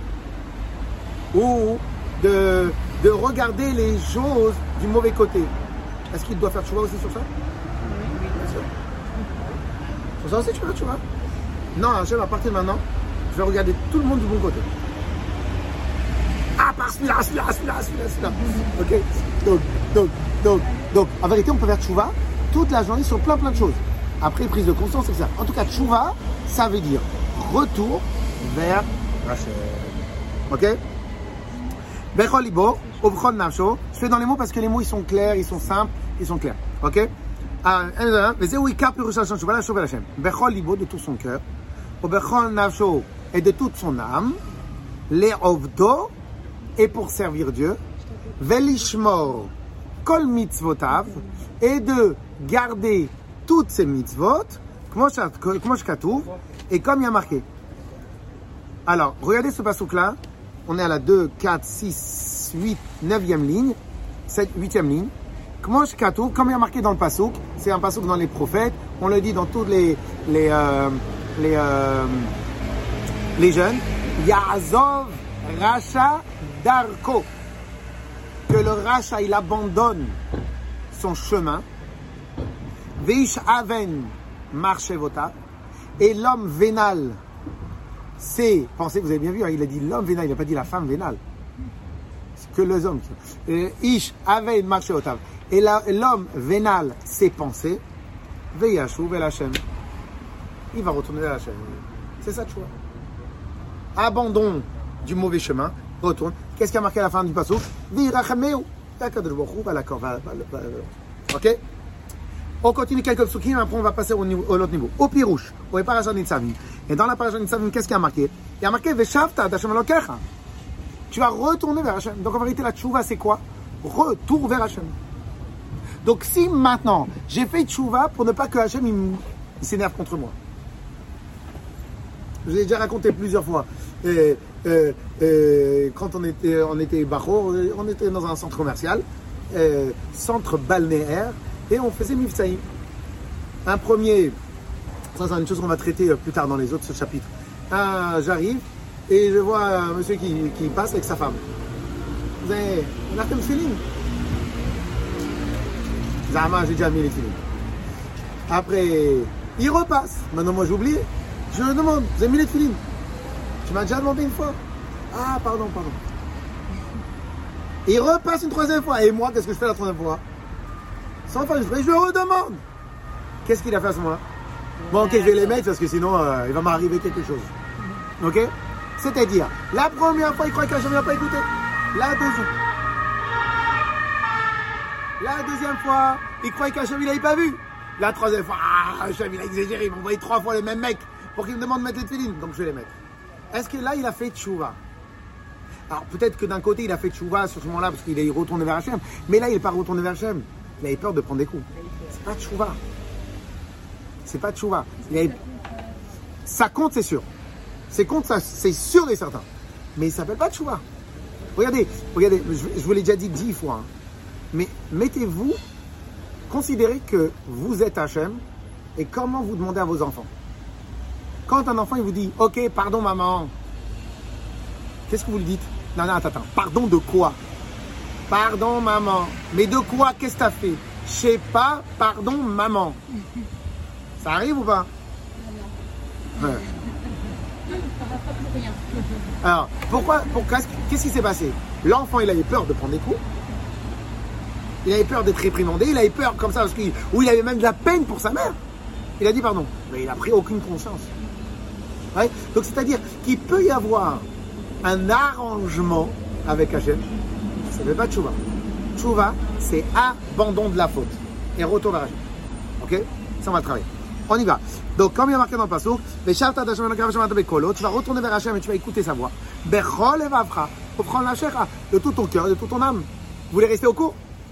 ou de regarder les choses du mauvais côté, est-ce qu'il doit faire tchouva aussi sur ça? Oui, bien sûr. Sur ça aussi, tu veux tchouva? Non, Hachem, à partir de maintenant, je vais regarder tout le monde du bon côté. Ah, par celui-là. Ok? Donc, en vérité, on peut faire tchouva toute la journée sur plein de choses. Après, prise de conscience, etc. En tout cas, tchouva, ça veut dire retour vers Hachem. Ok? Bechol libo, obchol nafsho. Je fais dans les mots parce que les mots, ils sont clairs, ils sont simples, ils sont clairs. Ok? Bechol libo, de tout son cœur. Obchol nafsho, et de toute son âme. Les ovdo, et pour servir Dieu. Velishmor, kol mitzvotav, et de garder toutes ces mitzvot, comment je katouf, et comme il y a marqué. Alors, regardez ce passouk-là. On est à la 2, 4, 6, 8, 9e ligne, 7, 8e ligne. Comment je katouf, comme il y a marqué dans le passouk, c'est un passouk dans les prophètes, on le dit dans tous les jeunes. Ya'azov Racha Darko. Que le Racha, il abandonne son chemin. Veish Aven Marchevota. Et l'homme vénal, c'est, pensez, vous avez bien vu, hein, il a dit l'homme vénal, il n'a pas dit la femme vénale. C'est que les hommes. Ish Aven Marchevota. Et l'homme vénal, c'est pensées. Veyashuv El Hashem. Il va retourner vers Hashem. C'est ça, tu vois. abandon du mauvais chemin, retourne. Qu'est-ce qui a marqué à la fin du passage? Ok? On continue quelques psukim, après on va passer au l'autre niveau. Au pirouche, au parashat Nitzavim. Et dans la parashat Nitzavim, qu'est-ce qui a marqué? Il y a marqué Veshavta d'Hashem Elokecha. Tu vas retourner vers Hachem. Donc en vérité, la tchouva, c'est quoi? Retour vers Hachem. Donc si maintenant, j'ai fait tchouva pour ne pas que Hachem il s'énerve contre moi. Je l'ai déjà raconté plusieurs fois. Quand on était Bachor, on était dans un centre commercial, centre balnéaire, et on faisait Mifsaïm. Un premier, ça c'est une chose qu'on va traiter plus tard dans les autres chapitres. J'arrive et je vois un monsieur qui passe avec sa femme. Vous avez un feeling? Zama, j'ai déjà mis les films. Après, il repasse. Maintenant, moi, j'ai oublié. Je le demande, vous avez mis les films? Tu m'as déjà demandé une fois. Ah, pardon. Il repasse une troisième fois. Et moi, qu'est-ce que je fais la troisième fois? Sans faire exprès, je le redemande. Qu'est-ce qu'il a fait à ce moment-là? Bon, ok, je vais les mettre parce que sinon, il va m'arriver quelque chose. Ok? C'est-à-dire, la première fois, il croyait qu'Hachem n'a pas écouté. La deuxième fois, il croyait qu'Hachem il n'avait pas vu. La troisième fois, Hachem il a exagéré, il m'a envoyé 3 fois le même mec pour qu'il me demande de mettre les tefilines, donc je vais les mettre. Est-ce que là il a fait tchouva? Alors peut-être que d'un côté il a fait tchouva sur ce moment-là parce qu'il est retourné vers Hachem, mais là il n'est pas retourné vers Hachem. Il avait peur de prendre des coups. C'est pas tchouva. Ça compte, c'est sûr. C'est sûr et certain. Mais il s'appelle pas tchouva. Regardez, je vous l'ai déjà dit 10 fois. Mais mettez-vous, considérez que vous êtes Hachem et comment vous demandez à vos enfants. Quand un enfant il vous dit « Ok, pardon maman », qu'est-ce que vous lui dites? Non, attends, pardon de quoi? Pardon maman. Mais de quoi? Qu'est-ce que t'as fait? Je sais pas, pardon maman. Ça arrive ou pas? Non. Ouais. Alors, qu'est-ce qui s'est passé? L'enfant il avait peur de prendre des coups. Il avait peur d'être réprimandé, il avait peur comme ça, ou il avait même de la peine pour sa mère. Il a dit pardon, mais il n'a pris aucune conscience. Ouais. Donc c'est-à-dire qu'il peut y avoir un arrangement avec Hachem, ça ne veut pas tchouva. Tchouva, c'est abandon de la faute et retour vers Hachem. Ok? Ça on va le travailler. On y va. Donc comme il y a marqué dans le passage, tu vas retourner vers Hachem et tu vas écouter sa voix. Bechol evavcha, faut prendre la shecha de tout ton cœur, de toute ton âme. Vous voulez rester au cours?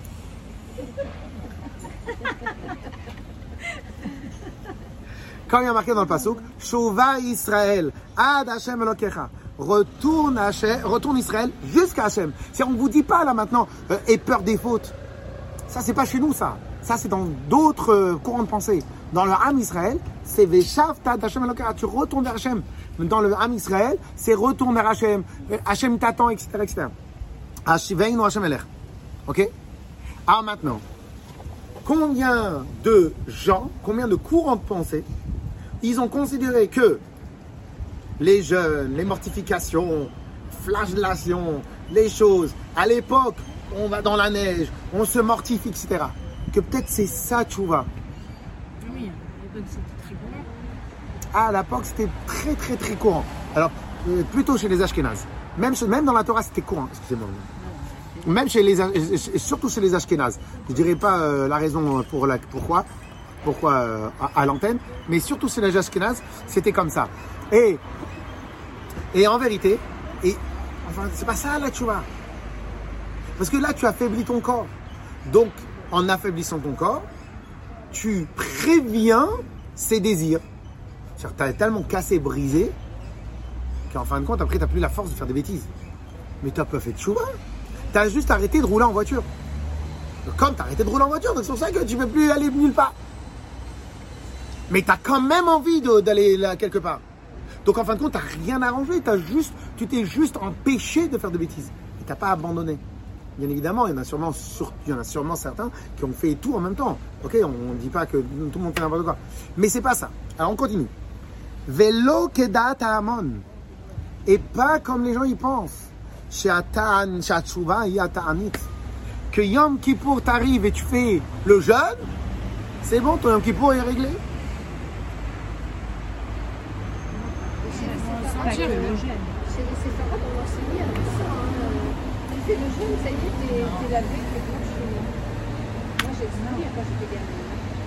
Quand il y a marqué dans le pasuk, Shouva Israël, Ad Hashem Elokecha, retourne Israël jusqu'à Hashem. C'est-à-dire, on ne vous dit pas là maintenant, aie peur des fautes. Ça, c'est pas chez nous, ça. Ça, c'est dans d'autres courants de pensée. Dans le Ham Israël, c'est Veshavta Ad Hashem Elokecha, tu retournes vers Hashem. Dans le Ham Israël, c'est retourne vers Hashem. Hashem t'attend, etc. Hashiveinu Hashem Elech. Ok? Alors maintenant, combien de gens, combien de courants de pensée, ils ont considéré que les jeûnes, les mortifications, flagellations, les choses, à l'époque, on va dans la neige, on se mortifie, etc. Que peut-être c'est ça, tchouva. Oui, à l'époque c'était très courant. À l'époque c'était très très très courant. Alors, plutôt chez les Ashkénazes. Même dans la Torah c'était courant, excusez-moi. Même surtout chez les Ashkénazes. Je ne dirais pas la raison pourquoi à l'antenne, mais surtout chez les Ashkénazes, c'était comme ça. Et en vérité, c'est pas ça là, tu vois. Parce que là, tu affaiblis ton corps. Donc, en affaiblissant ton corps, tu préviens ses désirs. C'est-à-dire, tu as tellement cassé, brisé, qu'en fin de compte, après, tu n'as plus la force de faire des bêtises. Mais tu n'as pas fait de chouva. Tu as juste arrêté de rouler en voiture. Comme tu as arrêté de rouler en voiture, donc c'est pour ça que tu ne peux plus aller nulle part. Mais tu as quand même envie d'aller là quelque part. Donc en fin de compte, tu n'as rien arrangé. Tu t'es juste empêché de faire de bêtises. Et tu n'as pas abandonné. Bien évidemment, il y en a sûrement certains qui ont fait tout en même temps. Ok, on ne dit pas que tout le monde fait n'importe quoi. Mais c'est pas ça. Alors on continue. Velo kedat amon. Et pas comme les gens y pensent. Que Yom Kippour t'arrive et tu fais le jeûne, c'est bon, ton Yom Kippour est réglé. sentir. Chez les séfarades, on enseignait avec ça. Tu fais le jeûne, ça y est, t'es lavé, t'es blanche. Moi, j'ai expliqué quand j'étais gamine.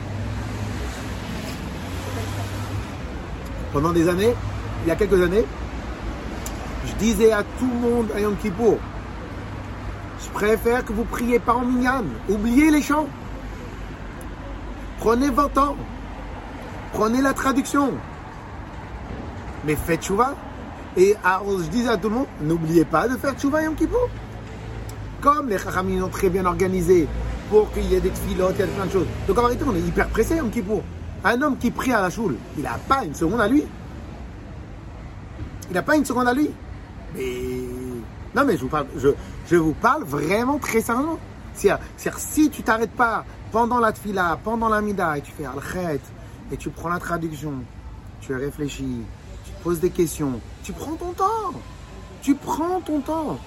Pendant des années, il y a quelques années, je disais à tout le monde à Yom Kippour, je préfère que vous priez pas en minyan. Oubliez les chants. Prenez votre temps. Prenez la traduction. Mais faites tchouva. Et alors, je disais à tout le monde, n'oubliez pas de faire tchouva Yom Kippour. Comme les Chachamim ont très bien organisé pour qu'il y ait des tfilotes, il y a plein de choses. Donc en réalité, on est hyper pressé Yom Kippour. Un homme qui prie à la choule, il n'a pas une seconde à lui. Il n'a pas une seconde à lui. Mais non, mais je vous parle vraiment très sérieusement. C'est-à-dire, si tu t'arrêtes pas pendant la tfila, pendant la mida, et tu fais al-khet, et tu prends la traduction, tu réfléchis, tu te poses des questions, tu prends ton temps. Tu prends ton temps.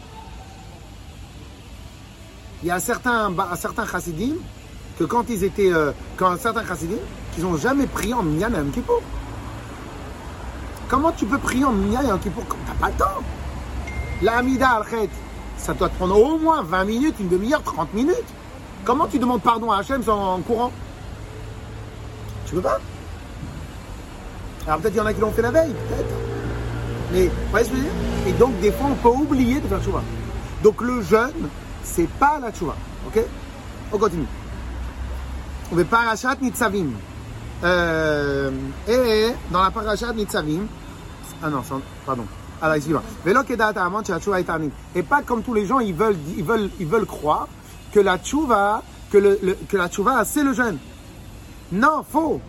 Il y a certains chassidim que quand certains chassidim qu'ils n'ont jamais prié en minyan à Yom Kippour. Comment tu peux prier en minyan à Yom Kippour quand tu n'as pas le temps? La Hamida al-Khet, ça doit te prendre au moins 20 minutes, une demi-heure, 30 minutes. Comment tu demandes pardon à Hachem en courant? Tu peux pas. Alors peut-être il y en a qui l'ont fait la veille, peut-être. Mais, vous voyez ce que je veux dire? Et donc des fois on peut oublier de faire tchouva. Donc le jeûne, c'est pas la tchouva. Ok? On continue. On va parachat Nitzavim. Et dans la parachat Nitzavim, ah non, pardon. Alors, excusez-moi. Et pas comme tous les gens, ils veulent croire que la tchouva, que la tchouva, c'est le jeûne. Non, faux.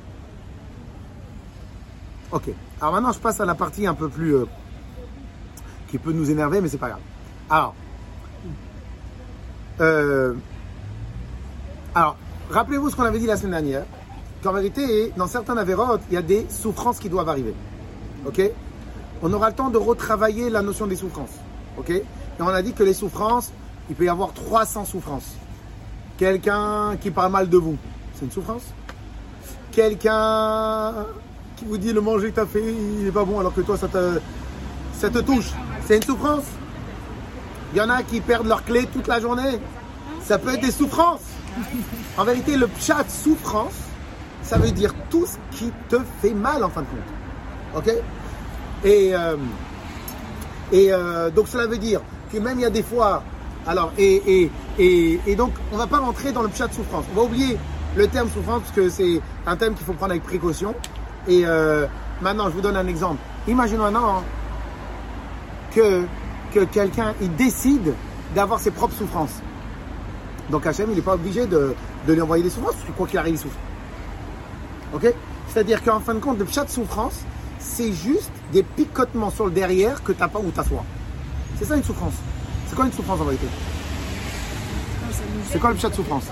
Ok. Alors maintenant, je passe à la partie un peu plus qui peut nous énerver, mais c'est pas grave. Alors, rappelez-vous ce qu'on avait dit la semaine dernière. Qu'en vérité, dans certains avérotes, il y a des souffrances qui doivent arriver. Ok? On aura le temps de retravailler la notion des souffrances. Ok? Et on a dit que les souffrances, il peut y avoir 300 souffrances. Quelqu'un qui parle mal de vous, c'est une souffrance. Quelqu'un qui vous dit le manger que tu as fait, il n'est pas bon alors que toi, ça te touche. C'est une souffrance. Il y en a qui perdent leur clé toute la journée. Ça peut être des souffrances. En vérité, le pshat souffrance, ça veut dire tout ce qui te fait mal en fin de compte. Ok? Et donc cela veut dire que même il y a des fois, alors et donc on va pas rentrer dans le pshat souffrance. On va oublier le terme souffrance parce que c'est un terme qu'il faut prendre avec précaution. Et maintenant, je vous donne un exemple. Imaginons maintenant que quelqu'un il décide d'avoir ses propres souffrances. Donc Hachem, il n'est pas obligé de lui envoyer des souffrances parce que quoi qu'il arrive, il souffre. Ok? C'est-à-dire qu'en fin de compte, le pshat souffrance, c'est juste des picotements sur le derrière que tu n'as pas où t'asseoir. C'est ça une souffrance. C'est quoi une souffrance en vérité? C'est quoi le pshat souffrance?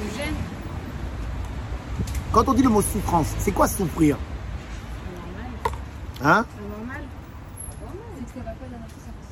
Quand on dit le mot souffrance, c'est quoi souffrir? Hein? C'est normal. C'est que ça va pas dans notre sens.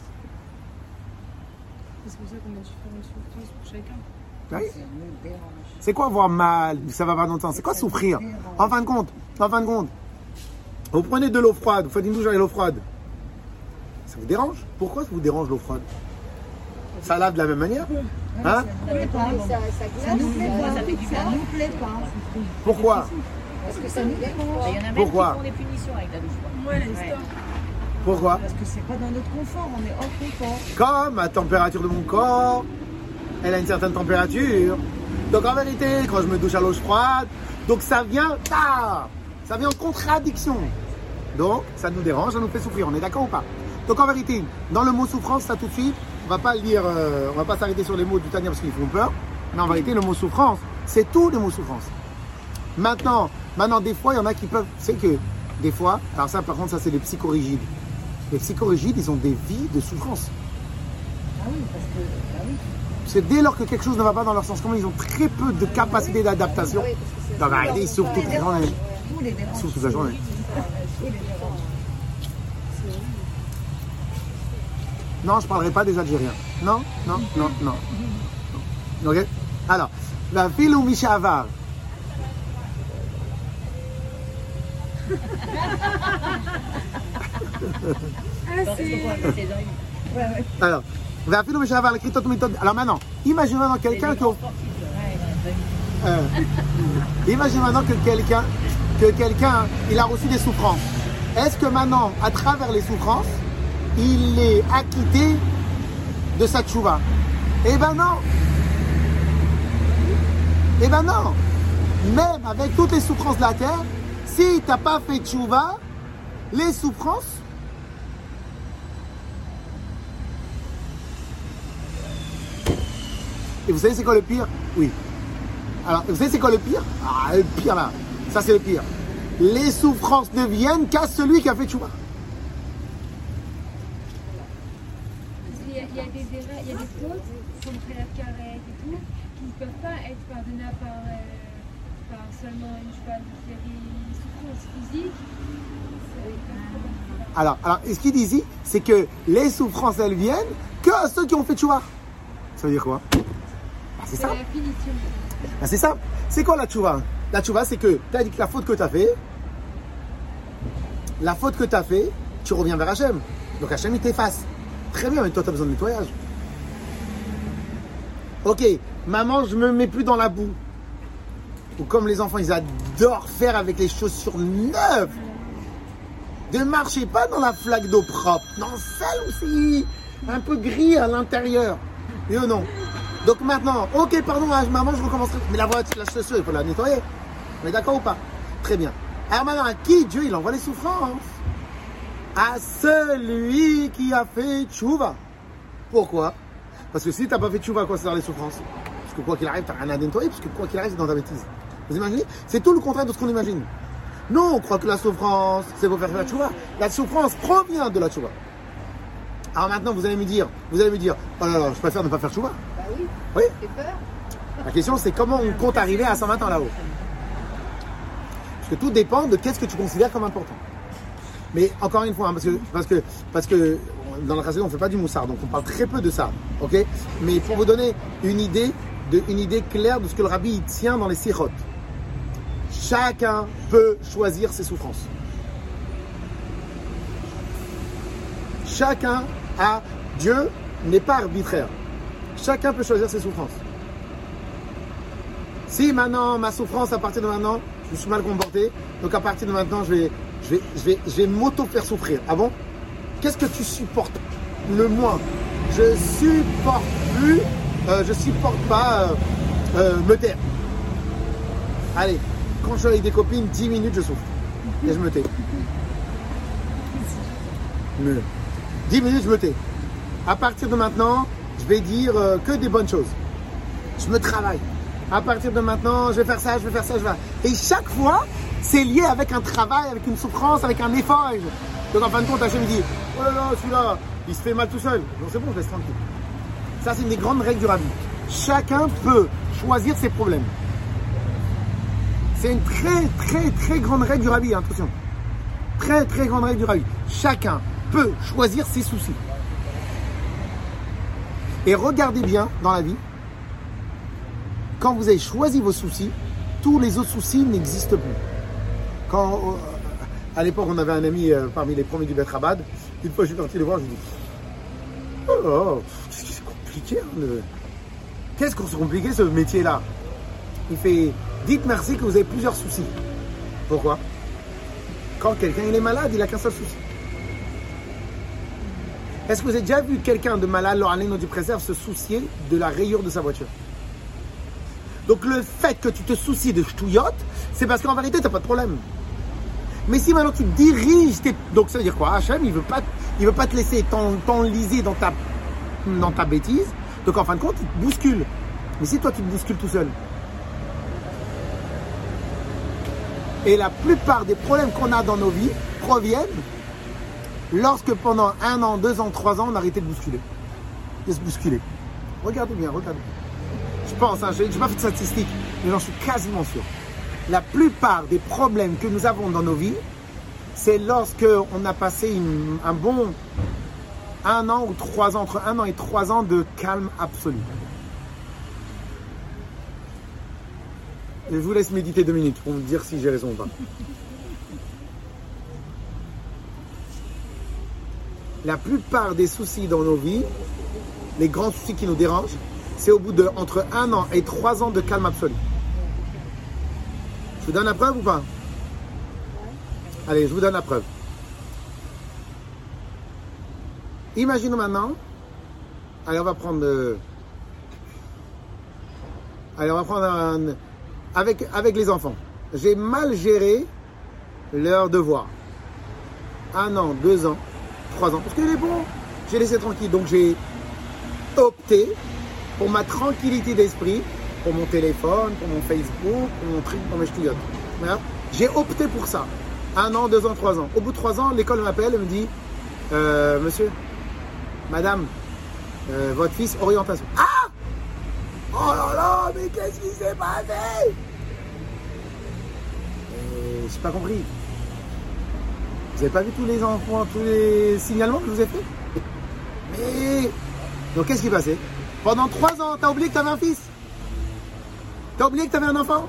C'est pour ça qu'on a différentes souffrances pour chacun. Oui. C'est quoi avoir mal? Ça va pas dans le temps. C'est quoi souffrir? En fin de compte, vous prenez de l'eau froide, vous faites une douche avec l'eau froide. Ça vous dérange? Pourquoi ça vous dérange l'eau froide? Ça lave de la même manière? Hein? Ça nous plaît pas. Ça nous plaît pas. Pourquoi? Parce que ça nous dérange. Il y en a même Pourquoi? qui font des punitions avec la douche froide. Ouais, l'histoire. Pourquoi? Parce que c'est pas dans notre confort, on est hors confort. Comme la température de mon corps, elle a une certaine température. Donc en vérité, quand je me douche à l'eau froide, donc ça vient en contradiction. Donc ça nous dérange, ça nous fait souffrir. On est d'accord ou pas? Donc en vérité, dans le mot souffrance, ça tout de suite, on va pas lire, on va pas s'arrêter sur les mots du Tania parce qu'ils font peur. Mais en vérité, le mot souffrance, c'est tous les mots souffrance. Maintenant, des fois, il y en a qui peuvent, c'est que des fois, alors ça par contre, ça c'est les psychorigides. Les psychorigides, ils ont des vies de souffrance. Ah oui, parce que Parce que dès lors que quelque chose ne va pas dans leur sens, comment ils ont très peu de capacité d'adaptation. Donc arrêtez, ils souffrent toute la journée. Ils souffrent toute la journée. Non, je ne parlerai pas des Algériens. Non. Ok? Alors, la fille ou Mishavar. Ah, c'est... Alors, alors maintenant, imagine maintenant quelqu'un qui... Imagine maintenant que quelqu'un, il a reçu des souffrances. Est-ce que maintenant, à travers les souffrances, il est acquitté de sa tchouva? Eh ben non. Eh ben non. Même avec toutes les souffrances de la terre, si tu n'as pas fait tchouva, les souffrances, et vous savez c'est quoi le pire? Oui. Alors, vous savez c'est quoi le pire? Ah, le pire là. Ça c'est le pire. Les souffrances ne viennent qu'à celui qui a fait tchouva. Il y a des erreurs, il y a des fautes, comme Khalat Karet et tout, qui ne peuvent pas être pardonnables par seulement une souffrance physique. Alors, ce qu'il dit ici, c'est que les souffrances, elles viennent que à ceux qui ont fait tchouva. Ça veut dire quoi? C'est ça. La finition. C'est ça. C'est quoi la tchouva? La tchouva, c'est que tu as dit que la faute que tu as fait, tu reviens vers Hachem. Donc Hachem, il t'efface. Très bien, mais toi, tu as besoin de nettoyage. Ok, maman, je me mets plus dans la boue. Ou comme les enfants, ils adorent faire avec les chaussures neuves. Ne marchez pas dans la flaque d'eau propre. Dans celle aussi, un peu gris à l'intérieur. Oui ou non? Donc maintenant, ok, pardon, maman, je recommencerai. Mais la chaussure, il faut la nettoyer. On est d'accord ou pas? Très bien. Alors maintenant, à qui Dieu, il envoie les souffrances? À celui qui a fait tchouva. Pourquoi? Parce que si tu n'as pas fait tchouva, quoi, c'est dans les souffrances. Parce que quoi qu'il arrive, tu n'as rien à nettoyer, parce que quoi qu'il arrive, c'est dans ta bêtise. Vous imaginez? C'est tout le contraire de ce qu'on imagine. Non, on croit que la souffrance, c'est pour faire la tchouva. La souffrance provient de la tchouva. Alors maintenant, vous allez me dire, oh là là, je préfère ne pas faire tchouva. Bah oui. Oui. J'ai peur. La question, c'est comment on compte arriver à 120 ans là-haut. Parce que tout dépend de qu'est-ce que tu considères comme important. Mais encore une fois, hein, parce que dans la chassidut, on ne fait pas du moussard, donc on parle très peu de ça, ok? Mais pour vous donner une idée claire de ce que le rabbi il tient dans les sichot. Chacun peut choisir ses souffrances. Chacun a... Dieu n'est pas arbitraire. Chacun peut choisir ses souffrances. Si maintenant, ma souffrance, à partir de maintenant, je me suis mal comporté, donc à partir de maintenant, je vais m'auto-faire souffrir. Ah bon? Qu'est-ce que tu supportes le moins? Je supporte pas me taire. Allez, quand je suis avec des copines, 10 minutes, je souffre. Et je me tais. 10 minutes, je me tais. À partir de maintenant, je vais dire que des bonnes choses. Je me travaille. À partir de maintenant, je vais faire ça. Et chaque fois, c'est lié avec un travail, avec une souffrance, avec un effort. Donc en fin de compte, Hachem me dit, oh là là, celui-là, il se fait mal tout seul. Donc c'est bon, je laisse tranquille. Ça, c'est une des grandes règles du rabbi. Chacun peut choisir ses problèmes. C'est une très, très, très grande règle du rabbi, attention. Très, très grande règle du rabbi. Chacun peut choisir ses soucis. Et regardez bien dans la vie, quand vous avez choisi vos soucis, tous les autres soucis n'existent plus. Quand, à l'époque, on avait un ami parmi les premiers du Bet Rabad, une fois je suis parti le voir, je lui dis oh, c'est compliqué. Qu'est-ce que c'est compliqué ce métier-là? Il fait, dites merci que vous avez plusieurs soucis. Pourquoi? Quand quelqu'un il est malade, il n'a qu'un seul souci. Est-ce que vous avez déjà vu quelqu'un de malade, l'Oraléno du préserve, se soucier de la rayure de sa voiture? Donc le fait que tu te soucies de ch'touillotte, c'est parce qu'en vérité, tu n'as pas de problème. Mais si maintenant tu diriges donc ça veut dire quoi? Hachem, il veut pas te laisser t'enliser dans ta bêtise. Donc en fin de compte, il te bouscule. Mais si toi, tu te bouscules tout seul. Et la plupart des problèmes qu'on a dans nos vies proviennent lorsque pendant 1 an, 2 ans, 3 ans, on a arrêté de se bousculer. Regardez bien, regardez. Je pense, je n'ai pas fait de statistiques, mais j'en suis quasiment sûr. La plupart des problèmes que nous avons dans nos vies, c'est lorsque on a passé un bon 1 an ou 3 ans, entre 1 an et 3 ans de calme absolu. Je vous laisse méditer 2 minutes pour me dire si j'ai raison ou pas. la plupart des soucis dans nos vies, les grands soucis qui nous dérangent, c'est au bout de entre 1 an et 3 ans de calme absolu. Je vous donne la preuve ou pas? Allez, je vous donne la preuve. Imaginons maintenant, allez, on va prendre avec les enfants. J'ai mal géré leurs devoirs. 1 an, 2 ans, 3 ans, parce qu'il est bon. J'ai laissé tranquille, donc j'ai opté pour ma tranquillité d'esprit, pour mon téléphone, pour mon Facebook, pour mon truc, pour mes ch'touillottes. Voilà. J'ai opté pour ça. 1 an, 2 ans, 3 ans. Au bout de 3 ans, l'école m'appelle et me dit monsieur, madame, votre fils, orientation. Ah! Oh là là, mais qu'est-ce qui s'est passé? J'ai pas compris. Vous avez pas vu tous les enfants, tous les signalements que je vous ai fait? Mais... Donc qu'est-ce qui s'est passé? Pendant 3 ans, t'as oublié que t'avais un fils? T'as oublié que t'avais un enfant?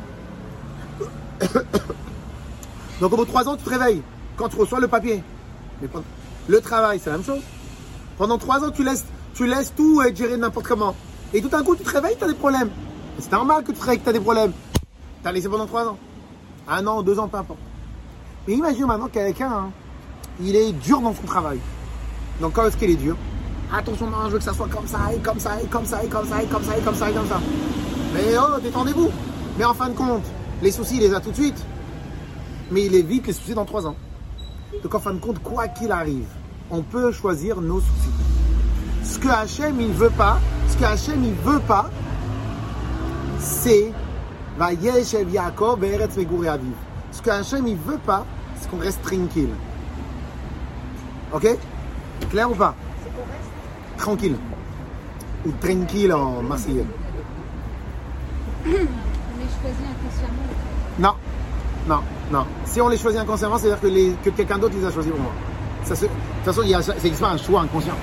Donc au bout de 3 ans, tu te réveilles quand tu reçois le papier. Mais le travail, c'est la même chose. Pendant 3 ans, tu laisses tout être géré n'importe comment. Et tout d'un coup, tu te réveilles, tu as des problèmes. C'est normal que tu te réveilles, que tu as des problèmes. Tu as laissé pendant 3 ans. 1 an, 2 ans, peu importe. Mais imagine maintenant quelqu'un, il est dur dans son travail. Donc quand est-ce qu'il est dur? Attention, non, je veux que ça soit comme ça, et comme ça, et comme ça, et comme ça, et comme ça, et comme ça, et comme ça. Mais oh, détendez-vous. Mais en fin de compte, les soucis, il les a tout de suite. Mais il évite les soucis dans 3 ans. Donc en fin de compte, quoi qu'il arrive, on peut choisir nos soucis. Ce que Hachem il veut pas, c'est Vayeshev Yaakov Be'eretz Megurei Aviv. Ce que Hachem il veut pas, c'est qu'on reste tranquille. Ok? Clair ou pas? C'est qu'on reste. Tranquille. Ou tranquille en marseillais. On les choisit inconsciemment. Non. Si on les choisit inconsciemment, c'est-à-dire que quelqu'un d'autre les a choisis pour moi. De toute façon, c'est pas un choix inconscient.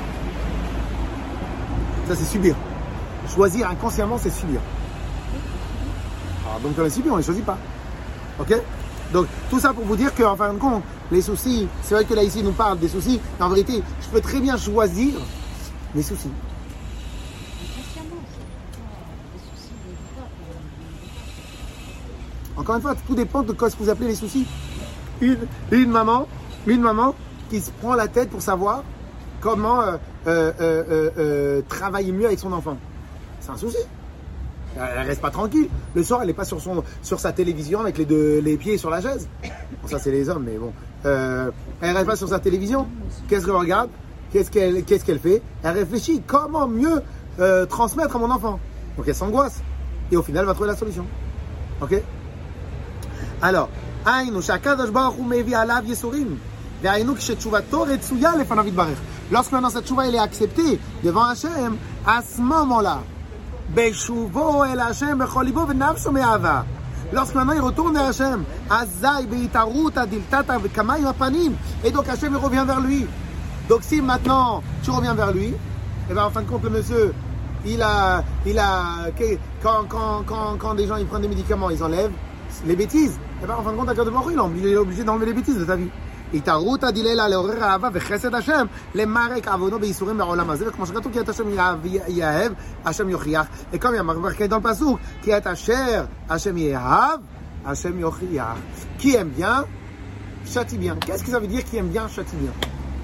Ça, c'est subir. Choisir inconsciemment, c'est subir. Alors, donc, on les subit, on ne les choisit pas. Ok? Donc, tout ça pour vous dire qu'en fin de compte, les soucis, c'est vrai que là, ici, il nous parle des soucis, mais en vérité, je peux très bien choisir mes soucis. Encore une fois, tout dépend de ce que vous appelez les soucis. Une maman qui se prend la tête pour savoir comment travailler mieux avec son enfant. C'est un souci. Elle reste pas tranquille. Le soir, elle n'est pas sur sa télévision avec les pieds sur la chaise. Bon, ça, c'est les hommes, mais bon. Elle reste pas sur sa télévision. Qu'est-ce qu'elle regarde? Qu'est-ce qu'elle fait? Elle réfléchit comment mieux transmettre à mon enfant. Donc, elle s'angoisse. Et au final, elle va trouver la solution. Ok? Alors, lorsque maintenant cette tchouva elle est acceptée devant Hachem, à ce moment-là, lorsque maintenant il retourne à Hachem, et donc Hachem il revient vers lui. Donc si maintenant tu reviens vers lui, et bien en fin de compte le monsieur, quand des gens ils prennent des médicaments, ils enlèvent les bêtises. Et bien en fin de compte, à cœur de Baruch, il est obligé d'enlever les bêtises de ta vie. Et comme il y a marqué dans le passouk, qui est Asher, Hashem Yehav, Hashem Yochiach. Qui aime bien, châtie bien. Qu'est-ce que ça veut dire qui aime bien, châtie bien?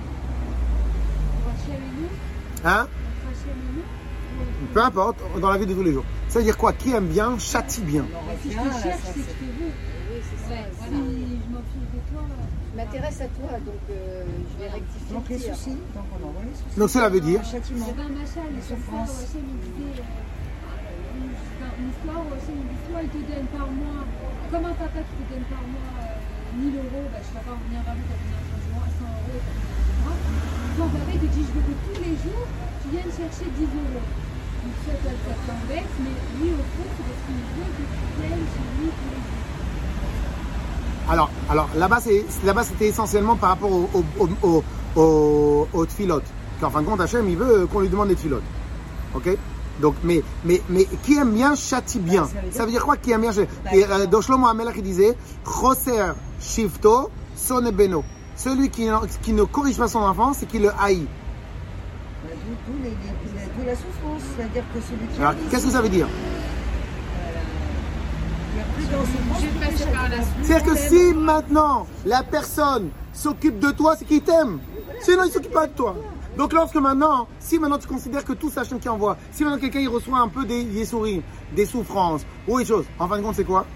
Hein? Peu importe, dans la vie de tous les jours. Ça veut dire quoi? Qui aime bien, châtie bien. Si je te cherche, c'est que je te veux. Oui, c'est ça. Ouais, voilà. Si je m'en fiche de toi. Je m'intéresse à toi, donc je vais rectifier. Donc les soucis, donc on envoie les soucis. Donc cela veut dire Châtiment. C'est un machin, les souffrances. Hachem il disait une histoire où Hachem il dit toi il te donne par mois, comme un papa qui te donne par mois 1000 euros, bah, je ne vais pas revenir vers lui pour venir 100 euros, ton papa il te dit je veux que tous les jours tu viennes chercher 10 euros. Donc soit ça t'embête, mais lui au fond c'est parce qu'il veut que tu viennes chez lui tous les jours. Alors là-bas c'était essentiellement par rapport aux tfilotes. Qu'en fin de compte, Hachem, il veut qu'on lui demande des tfilotes. Ok? Donc, mais qui aime bien, châtie bien. Ça veut dire quoi, qui aime bien? Donc Shlomo HaMelech, il disait, Choser Shivto, Sone Beno. Celui qui ne corrige pas son enfant, c'est qu'il le haït. D'où la souffrance, c'est-à-dire que celui qui... Alors, qu'est-ce que ça veut dire? Il y a plus de souffrance. Je vais passer par la suite. C'est-à-dire que si maintenant la personne s'occupe de toi, c'est qu'il t'aime. Sinon, il ne s'occupe pas de toi. Donc lorsque maintenant, si maintenant tu considères que tout c'est Hachem qui envoie, si maintenant quelqu'un il reçoit un peu des sourires, des souffrances ou des choses, en fin de compte c'est quoi?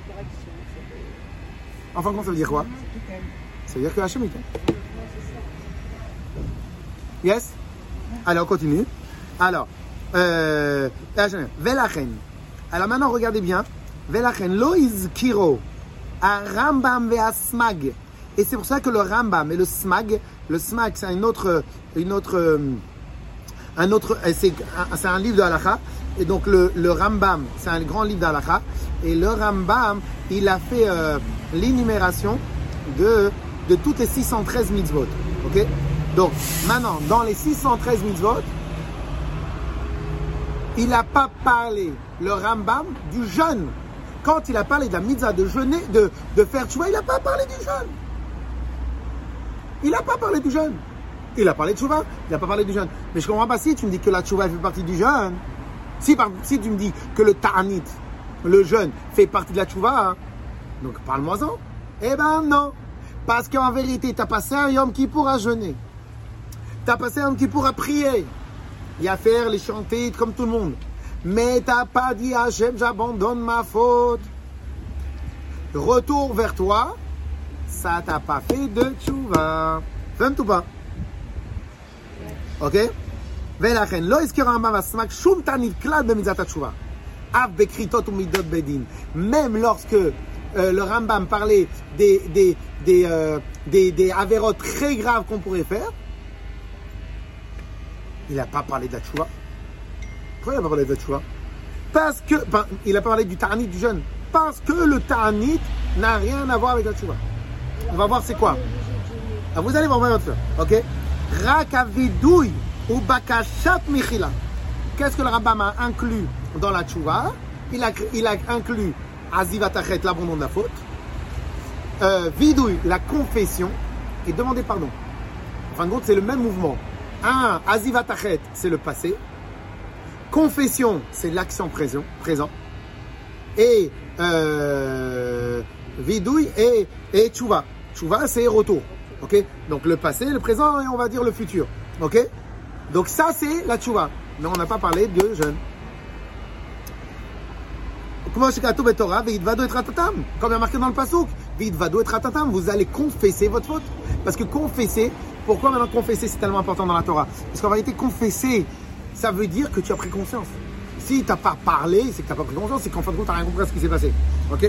En fin de compte ça veut dire quoi? Ça veut dire que Hachem il t'aime. Yes? Alors on continue. Alors, Velachen. Alors maintenant regardez bien. Velachen lo izkiro a Rambam ve Smag. Et c'est pour ça que le Rambam et le Smag c'est c'est un livre de halakha. Et donc le Rambam, c'est un grand livre d'halakha. Et le Rambam, il a fait l'énumération de toutes les 613 mitzvot. Ok? Donc maintenant, dans les 613 mitzvot, il n'a pas parlé, le Rambam, du jeûne. Quand il a parlé de la mitzvah de jeûner, de faire tchouva, il n'a pas parlé du jeûne. Il n'a pas parlé du jeûne. Il a parlé de tchouva, il n'a pas parlé du jeûne. Mais je ne comprends pas si tu me dis que la tchouva fait partie du jeûne. Si tu me dis que le ta'anit, le jeûne, fait partie de la tchouva, hein, donc parle-moi-en. Eh ben non. Parce qu'en vérité, tu as passé un Yom Kippour à jeûner. Tu as passé un Yom Kippour à prier. Et à faire les chanter comme tout le monde. Mais tu n'as pas dit Hachem, j'abandonne ma faute. Retour vers toi. Ça t'a pas fait de tchouva. Femme ou pas? Ok? Velachen, lo iskira Rambam asmak shum tanit klal b'mitzat tchouva. Av bekritot ou midot bedin. Même lorsque le Rambam parlait des avérotes très graves qu'on pourrait faire, il n'a pas parlé de la tchouva. Pourquoi il n'a pas parlé de la tchouva? Parce que, il n'a pas parlé du ta'anit du jeûne. Parce que le ta'anit n'a rien à voir avec la tchouva. On va voir c'est quoi. Alors vous allez voir votre soeur, ok? Rakavidouy ou bakashat michila. Qu'est-ce que le Rambam a inclus dans la tchouva? Il a inclus azivat achet, l'abandon de la faute. Vidouy, la confession et demander pardon. En fin de compte, c'est le même mouvement. Azivat achet, c'est le passé. Confession, c'est l'action présent. Et vidouille et tchouva. Tchouva, c'est retour. Ok? Donc le passé, le présent et on va dire le futur. Ok? Donc ça, c'est la tchouva. Mais on n'a pas parlé de jeûne. Comme il y a marqué dans le passouk, vous allez confesser votre faute. Parce que confesser, pourquoi maintenant confesser c'est tellement important dans la Torah? Parce qu'en réalité, confesser, ça veut dire que tu as pris conscience. Si tu n'as pas parlé, c'est que tu n'as pas pris conscience, c'est qu'en fin de compte, tu n'as rien compris à ce qui s'est passé. Ok?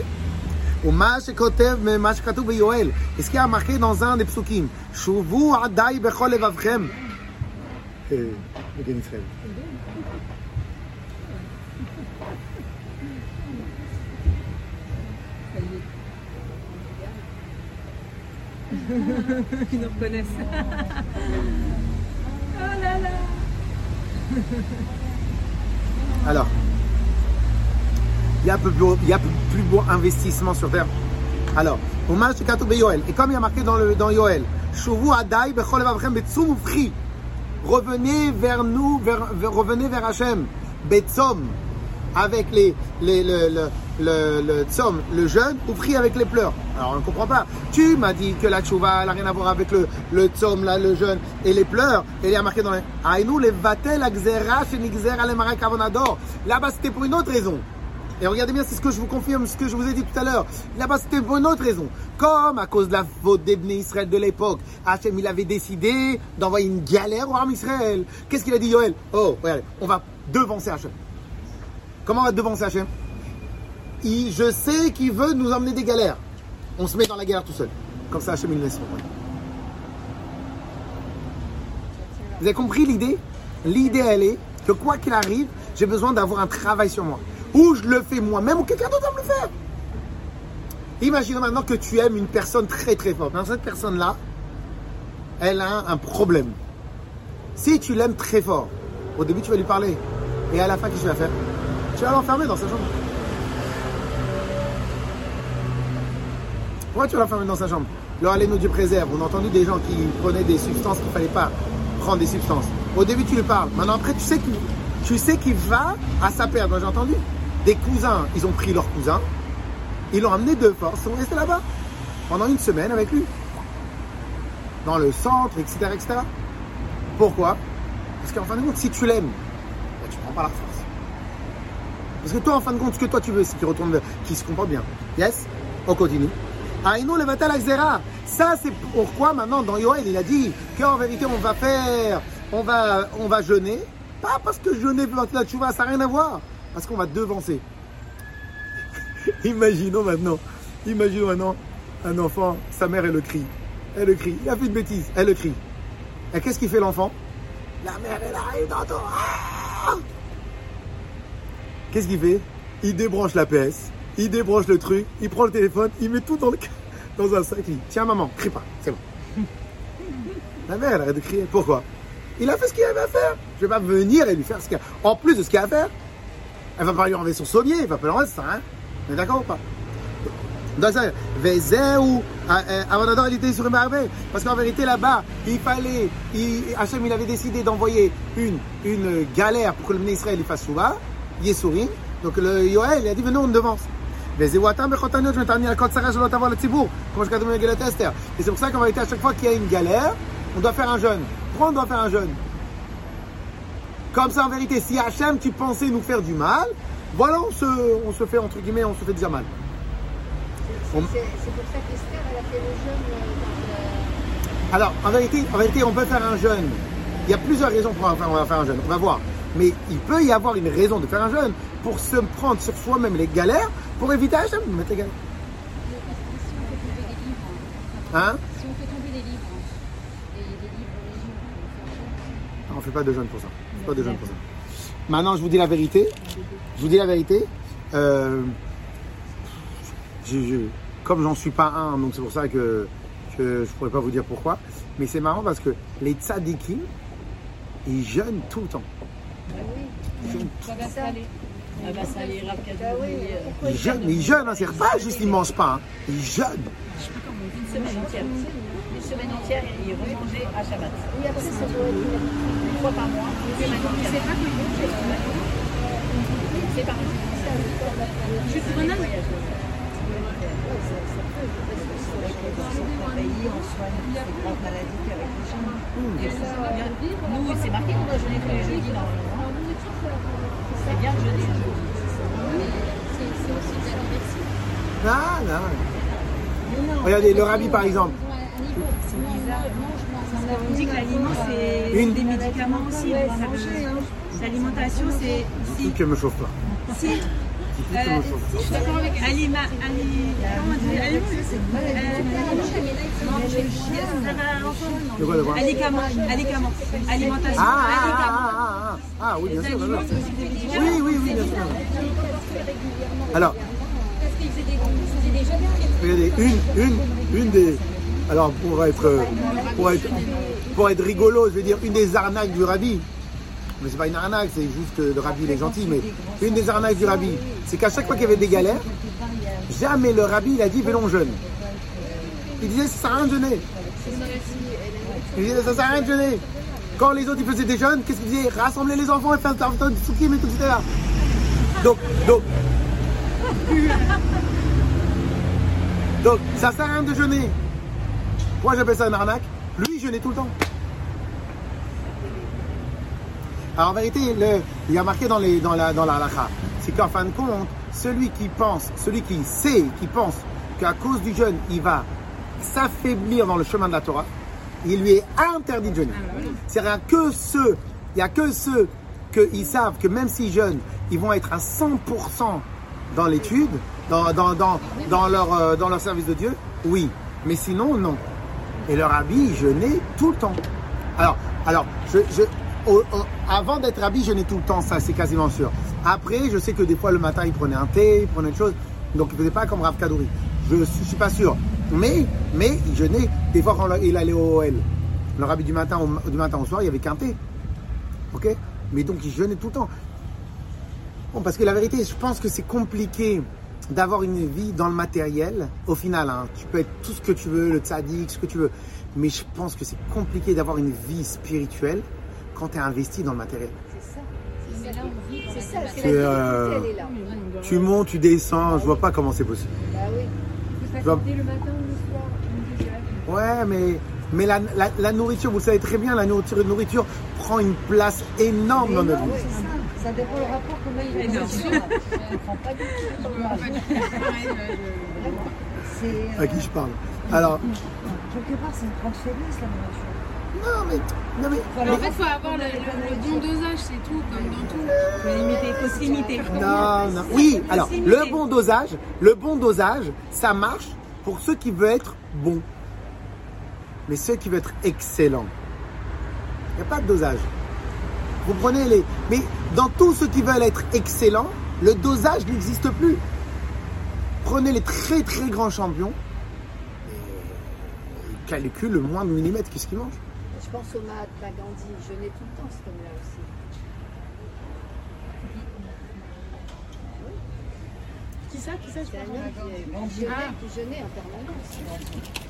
Et ce qui a marqué dans un des psukim, Shuvu adai bechol levavchem. Ils nous reconnaissent. Oh là là. Alors, il y a plus beau investissement sur terre. Alors, et comme il y a marqué dans Yoel, Shuvu adai bechol levavchem betzum ufri. Revenez vers nous, revenez vers Hachem, betzom, avec le tzom, le jeûne, ou prie avec les pleurs. Alors on ne comprend pas. Tu m'as dit que la tchouva n'a rien à voir avec le tzom, là, le jeûne et les pleurs. Et il y a marqué dans les Aïnou les vatel agzera shenigzer alemara kavonador. Là-bas c'était pour une autre raison. Et regardez bien, c'est ce que je vous confirme, ce que je vous ai dit tout à l'heure. Là-bas c'était pour une autre raison. Comme à cause de la faute des Bnei Israël de l'époque, Hachem il avait décidé d'envoyer une galère au Ham Israël. Qu'est-ce qu'il a dit Yoel? Oh, regardez, on va devancer Hachem. Comment on va devancer Hachem? Je sais qu'il veut nous emmener des galères. On se met dans la galère tout seul. Comme ça Hachem il laisse. Vous avez compris l'idée? L'idée elle est que quoi qu'il arrive, j'ai besoin d'avoir un travail sur moi. Ou je le fais moi-même ou quelqu'un d'autre va me le faire. Imaginez maintenant que tu aimes une personne très très forte. Maintenant, cette personne-là, elle a un problème. Si tu l'aimes très fort, au début tu vas lui parler. Et à la fin, qu'est-ce que tu vas faire? Tu vas l'enfermer dans sa chambre. Pourquoi tu vas l'enfermer dans sa chambre? leur allez nous Dieu préserve. On a entendu des gens qui prenaient des substances qu'il ne fallait pas prendre des substances. Au début, tu lui parles. Maintenant, après, tu sais qu'il va à sa perte. Moi, j'ai entendu des cousins, ils ont pris leur cousin, ils l'ont amené de force, ils sont restés là-bas pendant une semaine avec lui. Dans le centre, etc., etc. Pourquoi? Parce qu'en fin de compte, si tu l'aimes, tu ne prends pas la force. Parce que toi, en fin de compte, ce que toi tu veux, c'est qu'il retourne, qu'il se comporte bien. Yes? On continue. Aïnou le vatal axera. Ça, c'est pourquoi maintenant, dans Yoel, il a dit qu'en vérité, on va jeûner. Pas parce que jeûner peut faire la tchouva, ça n'a rien à voir. Parce qu'on va devancer. Imaginons maintenant un enfant, sa mère, elle le crie. Elle le crie. Il a fait une bêtise. Elle le crie. Et qu'est-ce qu'il fait l'enfant? La mère, elle arrive dans ton... Ah! Qu'est-ce qu'il fait? Il débranche la PS, il débranche le truc, il prend le téléphone, il met tout dans un sac. Il dit, tiens maman, crie pas, c'est bon. La mère, elle arrête de crier. Pourquoi? Il a fait ce qu'il avait à faire. Je vais pas venir et lui faire ce qu'il a... En plus de ce qu'il a à faire, elle va pas lui enlever son sommier, elle va pas lui enlever ça, hein? On est d'accord ou pas? Dans ça, Avanador, il était sur une barbe. Parce qu'en vérité, là-bas, Hachem, il avait décidé d'envoyer une galère pour que le Bnei Israël il fasse Shouva, Yesourim. Donc le Yoel, il a dit, venez, on devance. Et c'est pour ça qu'en vérité, à chaque fois qu'il y a une galère, on doit faire un jeûne. Pourquoi on doit faire un jeûne? Comme ça, en vérité, si Hachem, tu pensais nous faire du mal, voilà, on se fait, entre guillemets, on se fait déjà mal. C'est pour ça qu'Esther, elle a fait le jeûne. Alors, en vérité, on peut faire un jeûne. Il y a plusieurs raisons pour on va faire un jeûne. On va voir. Mais il peut y avoir une raison de faire un jeûne pour se prendre sur soi-même les galères, pour éviter Hachem de mettre les galères. Hein? Si on fait tomber les livres, et les livres religieux, on ne fait pas de jeûne pour ça. On fait pas de jeûne pour ça. Maintenant, je vous dis la vérité. Comme j'en suis pas un, donc c'est pour ça que je ne pourrais pas vous dire pourquoi. Mais c'est marrant parce que les tzadikim, ils jeûnent tout le temps. Ça va saler. Ils jeûnent, hein, c'est pas juste ils ne mangent pas, hein. Ils jeûnent. Une semaine entière, ils remangeaient à Shabbat. Oui, après, ça doit être Une fois par mois. c'est pas que C'est par mois. je suis grenade. On soigne ces graves maladies qu'avec les gens. Nous, c'est marqué qu'on doit jeûner tous les jeudis normalement. C'est bien de jeûner le jeudi. C'est aussi de la diversion. Non. Regardez, le rabbi par exemple. On dit que l'aliment, c'est des médicaments aussi. L'alimentation, c'est... Dis tout qu'elle me chauffe pas. Si. Dis tout qu'elle me chauffe. Je suis d'accord avec alimentation. Ah, oui, bien sûr. Oui, bien sûr. Alors, regardez, une des... Alors, pour être rigolo, je vais dire, une des arnaques du rabbi, mais c'est pas une arnaque, c'est juste le rabbi il est gentil, mais une des arnaques du rabbi, c'est qu'à chaque fois qu'il y avait des galères, jamais le rabbi il a dit venons jeûne. Il disait ça sert à rien de jeûner. Il disait ça sert à rien de jeûner. Quand les autres ils faisaient des jeûnes, qu'est-ce qu'ils disaient? Rassembler les enfants et faire un soukim et tout, etc. Donc ça sert à rien de jeûner. Moi j'appelle ça une arnaque. Lui il jeûnait tout le temps. Alors en vérité, il y a marqué dans la halakha, c'est qu'en fin de compte, celui qui pense qu'à cause du jeûne, il va s'affaiblir dans le chemin de la Torah, il lui est interdit de jeûner. C'est-à-dire il n'y a que ceux qui savent que même s'ils jeûnent, ils vont être à 100% dans l'étude, dans leur service de Dieu, oui. Mais sinon, non. Et leur rabbi jeûnait tout le temps. Alors, avant d'être rabbi, jeûnait tout le temps, ça c'est quasiment sûr. Après, je sais que des fois le matin, il prenait un thé, il prenait une chose, donc il ne faisait pas comme Rav Kadouri. Je ne suis pas sûr. Mais il jeûnait, des fois quand il allait au OL, le rabbi du matin au soir, il n'y avait qu'un thé. Ok? Mais donc il jeûnait tout le temps. Bon, parce que la vérité, je pense que c'est compliqué d'avoir une vie dans le matériel, au final, hein, tu peux être tout ce que tu veux, le tzaddik, ce que tu veux, mais je pense que c'est compliqué d'avoir une vie spirituelle quand tu es investi dans le matériel. C'est ça. Mais là, on vit. C'est ça, c'est C'est, la difficulté, elle est là. Tu montes, tu descends, je vois pas comment c'est possible. Bah oui. Il faut s'accorder le matin ou le soir. Une deuxième. Ouais, mais la nourriture, vous savez très bien, la nourriture prend une place énorme dans notre vie. Oui, c'est ça. Ça dépend le rapport qu'on a avec la nourriture. Je ne prends pas du tout comme mal. Vraiment. C'est, À qui je parle? Alors, quelque part, c'est une grande faiblesse, la nourriture. non mais, Voilà. En fait, il faut avoir le bon dosage, c'est tout, comme dans tout. Faut se limiter. non. Oui, alors, le bon dosage, ça marche pour ceux qui veulent être bons. Mais ceux qui veulent être excellents, il n'y a pas de dosage. Vous prenez les... Mais dans tous ceux qui veulent être excellents, le dosage n'existe plus. Prenez les très très grands champions, et calculent le moindre millimètre qu'est-ce qu'ils mangent. Je pense au Mahatma Gandhi, il jeûnait tout le temps, cet homme-là aussi. Qui ça, je C'est un homme qui jeûnait en permanence.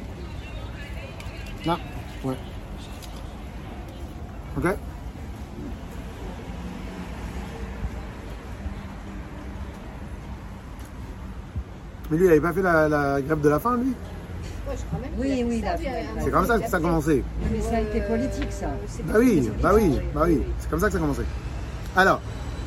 Ah, ouais. Ok. Mais lui, il n'avait pas fait la grève de la faim, lui. Ouais, je crois même Oui, qu'il a oui, fait ça, il a fait. lui, C'est comme ça que ça a commencé. Mais ça a été politique, ça. Bah oui. C'est comme ça que ça a commencé. Alors,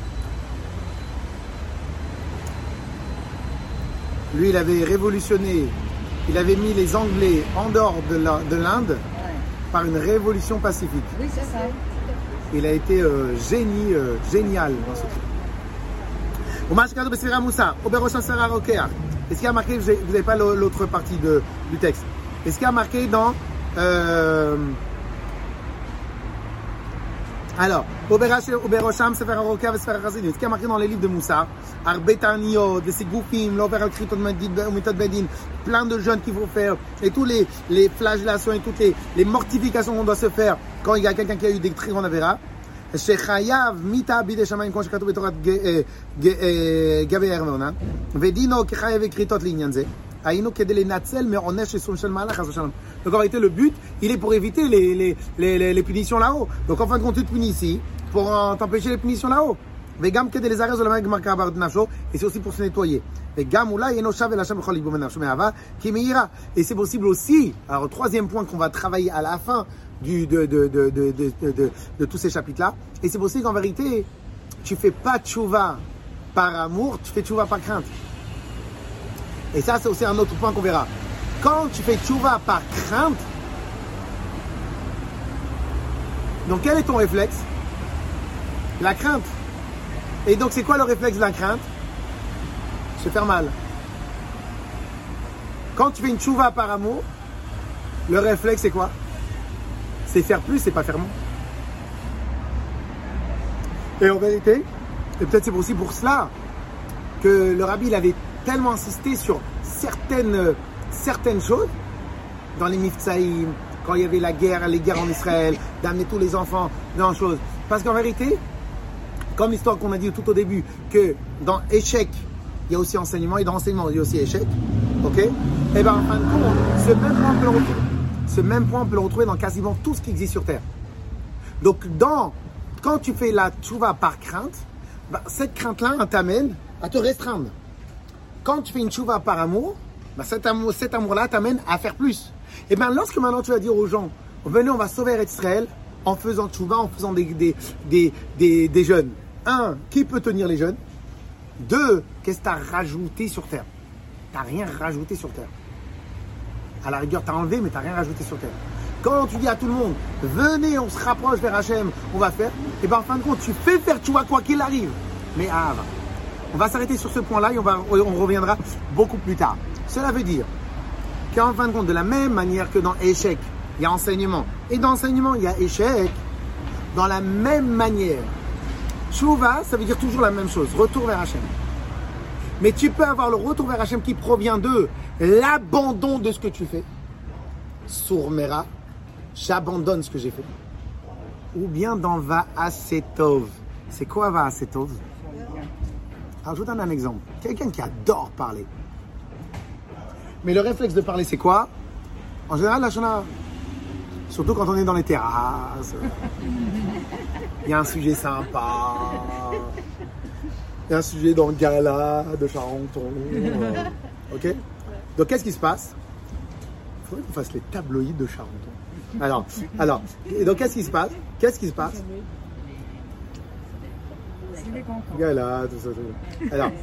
lui, il avait révolutionné, il avait mis les Anglais en dehors de l'Inde Ouais. par une révolution pacifique. Oui, c'est ça. Il a été génial dans ce truc. Est-ce qu'il y a marqué, vous n'avez pas l'autre partie du texte, est-ce qu'il y a marqué dans... Alors, Oberosham, Sefer HaRokea, Sefer HaChassidim. Ce qui a marqué dans les livres de Moussa, Arbe Ta'aniyot, des Sigoufim, l'Over al-Kritot Mitot Bedin, plein de jeûnes qu'il faut faire, et tous les flagellations et toutes les mortifications qu'on doit se faire quand il y a quelqu'un qui a eu des très grands avéras. שחייב מיתה בידי שמיים כמו שכתוב בתורת גבי ארמונה ודינו כחייב וכריתות לעניין זה היינו כדי לנצל מעונש יישום של מהלך חס ושלום. Donc en réalité le but il est pour éviter les punitions là-haut. Donc en fin de compte tu te punis ici pour t'empêcher les punitions là-haut. וגם כדי לזרז עולמי גמר כאבר נפשו, et c'est aussi pour se nettoyer. וגם אולי אינו שווה להשם בכל ליבו ונפשו מאהבה כי מאירה. Et c'est possible aussi, alors troisième point qu'on va travailler à la fin de tous ces chapitres-là, et c'est possible qu'en vérité tu fais pas tchouva par amour, tu fais tchouva par crainte. Et ça c'est aussi un autre point qu'on verra. Quand tu fais tchouva par crainte, donc quel est ton réflexe? La crainte. Et donc, c'est quoi le réflexe de la crainte? Se faire mal. Quand tu fais une tchouva par amour, le réflexe, c'est quoi? C'est faire plus, c'est pas faire moins. Et en vérité, et peut-être c'est aussi pour cela que le rabbi il avait tellement insisté sur certaines choses dans les Mifsaïm, quand il y avait les guerres en Israël, d'amener tous les enfants dans les choses. Parce qu'en vérité, comme l'histoire qu'on a dit tout au début, que dans échec, il y a aussi enseignement, et dans enseignement, il y a aussi échec. Ok? Et bien, en fin de compte, ce même point, on peut le retrouver dans quasiment tout ce qui existe sur Terre. Donc, quand tu fais la tchouva par crainte, bah, cette crainte-là t'amène à te restreindre. Quand tu fais une tchouva par amour, bah, cet amour-là t'amène à faire plus. Et bien, lorsque maintenant tu vas dire aux gens, venez, on va sauver Israël en faisant tchouva, en faisant des jeûnes. 1, qui peut tenir les jeûnes? 2, qu'est-ce que tu as rajouté sur terre? Tu n'as rien rajouté sur terre. À la rigueur, tu as enlevé, mais tu n'as rien rajouté sur terre. Quand tu dis à tout le monde, venez, on se rapproche vers Hachem, on va faire, et bien en fin de compte, tu fais faire tchouva quoi qu'il arrive. Mais on va s'arrêter sur ce point-là et on reviendra beaucoup plus tard. Cela veut dire qu'en fin de compte, de la même manière que dans échec, il y a enseignement, et dans enseignement, il y a échec, dans la même manière, tchouva, ça veut dire toujours la même chose, retour vers Hachem. Mais tu peux avoir le retour vers Hachem qui provient de l'abandon de ce que tu fais. Sourmera, j'abandonne ce que j'ai fait. Ou bien dans Va'asetov. C'est quoi Va'asetov? Alors je vous donne un exemple. Quelqu'un qui adore parler. Mais le réflexe de parler, c'est quoi? En général, la shonara. Surtout quand on est dans les terrasses. Il y a un sujet sympa. Il y a un sujet dans le gala de Charenton. Ok? Donc qu'est-ce qui se passe? Il faudrait qu'on fasse les tabloïds de Charenton. Alors, et donc qu'est-ce qui se passe? Gala, tout ça. Alors,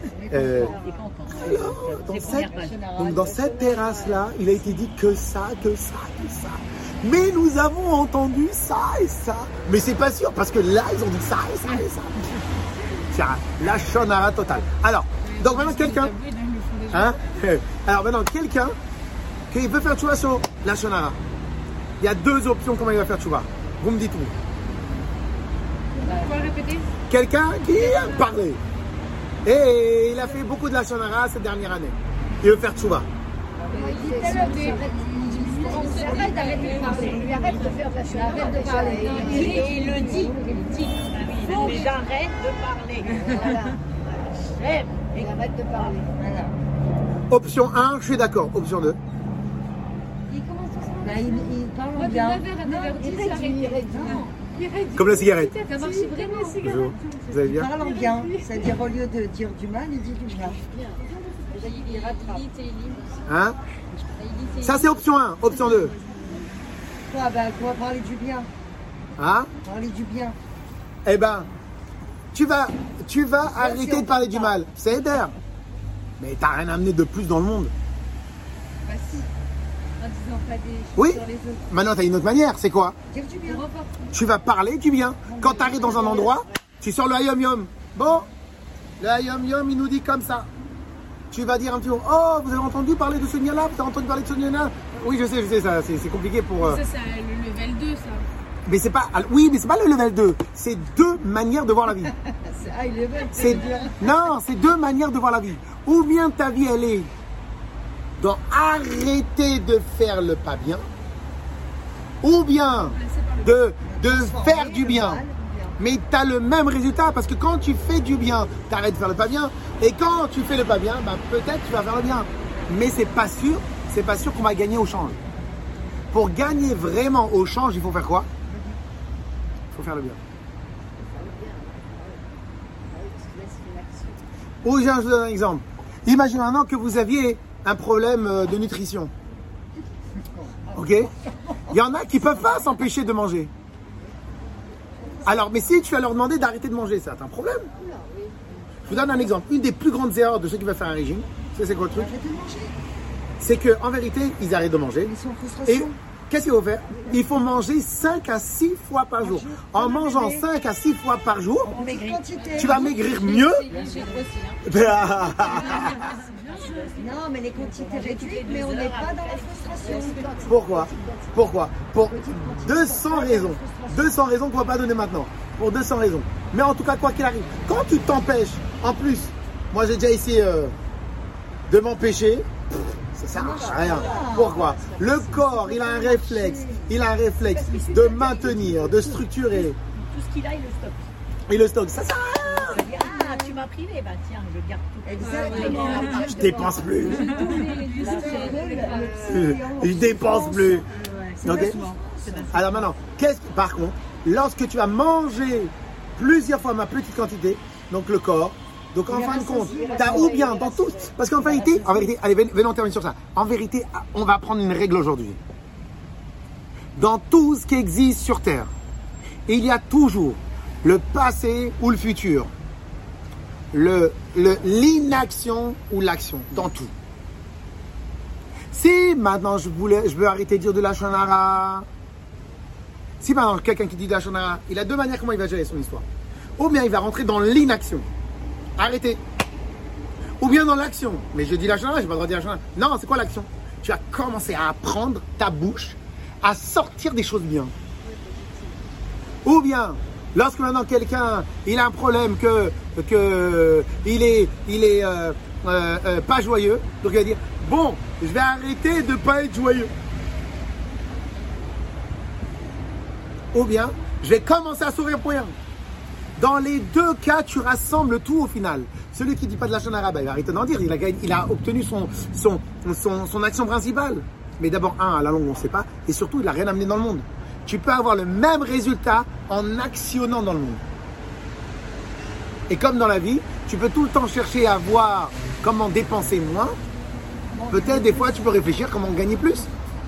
dans cette terrasse-là, il a été dit que ça. Mais nous avons entendu ça et ça. Mais c'est pas sûr, parce que là, ils ont dit ça et ça et ça. C'est la shonara totale. Alors, donc maintenant quelqu'un... Hein? Alors maintenant, quelqu'un qui veut faire tchouva sur la shonara. Il y a deux options comment il va faire tchouva. Vous me dites où? Faut le répéter. Quelqu'un qui a parlé. Et il a fait beaucoup de la shonara cette dernière année. Il veut faire tchouva. Il arrête de faire de la shonara. Arrête de parler. Et il le dit. Mais j'arrête de parler. Voilà. Il arrête de parler. Voilà. Option 1, je suis d'accord. Option 2. Il commence doucement. Bah, il parle Moi, de bien. 9h à 9h10, Il réduit. Comme la cigarette. Ça marche vraiment. Bonjour. Vous allez bien? Il parle bien. C'est-à-dire, au lieu de dire du mal, il dit du bien. Il rattrape. Hein? Ça, c'est option 1. Option 2. Quoi, bah, quoi, parler du bien. Hein? Parler du bien. Eh ben, tu vas arrêter de parler du mal. C'est Eder. Mais t'as rien amené de plus dans le monde. Bah si. En disant pas des choses Oui. sur les autres. Maintenant, t'as une autre manière. C'est quoi? Dire du bien. Tu vas parler du bien. Quand tu arrives dans un endroit, tu sors le Hayom Yom. Bon, le Hayom Yom, il nous dit comme ça. Tu vas dire un petit peu, oh, vous avez entendu parler de ce lien-là? Vous avez entendu parler de ce lien-là? Oui, je sais, ça, c'est compliqué pour... Ça, c'est le level 2, ça. Mais c'est pas... Oui, mais c'est pas le level 2. C'est deux manières de voir la vie. C'est high level. C'est... Non, c'est deux manières de voir la vie. Ou bien ta vie, elle est dans arrêter de faire le pas bien. Ou bien de faire du bien. Mais tu as le même résultat parce que quand tu fais du bien, tu arrêtes de faire le pas bien. Et quand tu fais le pas bien, bah, peut-être tu vas faire le bien. Mais c'est pas sûr qu'on va gagner au change. Pour gagner vraiment au change, il faut faire quoi? Il faut faire le bien. Ou je vous donne un exemple. Imagine maintenant que vous aviez un problème de nutrition. Ok? Il y en a qui ne peuvent pas s'empêcher de manger. Alors, mais si tu vas leur demander d'arrêter de manger, c'est un problème. Je vous donne un exemple. Une des plus grandes erreurs de ceux qui veulent faire un régime, c'est quoi le truc? C'est qu'en vérité, ils arrêtent de manger. Ils sont en Et frustration. qu'est-ce qu'il faut faire? Il faut manger 5 à 6 fois par jour. En mangeant 5 à 6 fois par jour, tu vas maigrir mieux. Non, mais les quantités réduites, mais on n'est pas dans la frustration. Pourquoi? Pour 200 raisons. 200 raisons qu'on ne va pas donner maintenant. Pour 200 raisons. Mais en tout cas, quoi qu'il arrive, quand tu t'empêches, en plus, moi j'ai déjà essayé de m'empêcher, ça sert à rien. Pourquoi? Le corps, il a un réflexe de maintenir, de structurer. Tout ce qu'il a, il le stocke. Et le stock, ça sert à rien. Ah, tu m'as privé, bah tiens, je garde tout. Exactement. Je dépense plus. Je dépense plus. Ok? Alors maintenant, par contre, lorsque tu vas manger plusieurs fois ma petite quantité, donc le corps, donc en fin de compte, t'as ou bien dans tout, parce qu'en vérité, allez, venons terminer sur ça. En vérité, on va prendre une règle aujourd'hui. Dans tout ce qui existe sur Terre, il y a toujours le passé ou le futur, l'inaction ou l'action, dans tout. Si maintenant je veux arrêter de dire de la shonara, si maintenant quelqu'un qui dit de la shonara, il a deux manières comment il va gérer son histoire. Ou bien il va rentrer dans l'inaction, arrêter. Ou bien dans l'action. Mais je dis la shonara, je n'ai pas le droit de dire la shonara. Non, c'est quoi l'action? Tu vas commencer à apprendre ta bouche à sortir des choses bien. Ou bien, lorsque maintenant quelqu'un il a un problème il est pas joyeux, donc il va dire bon, je vais arrêter de pas être joyeux. Ou bien, je vais commencer à sourire pour rien. Dans les deux cas, tu rassembles tout au final. Celui qui ne dit pas de lachon hara, il va arrêter d'en dire. Il a obtenu son action principale. Mais d'abord, à la longue, on ne sait pas. Et surtout, il n'a rien amené dans le monde. Tu peux avoir le même résultat en actionnant dans le monde. Et comme dans la vie, tu peux tout le temps chercher à voir comment dépenser moins. Peut-être des fois, tu peux réfléchir comment gagner plus.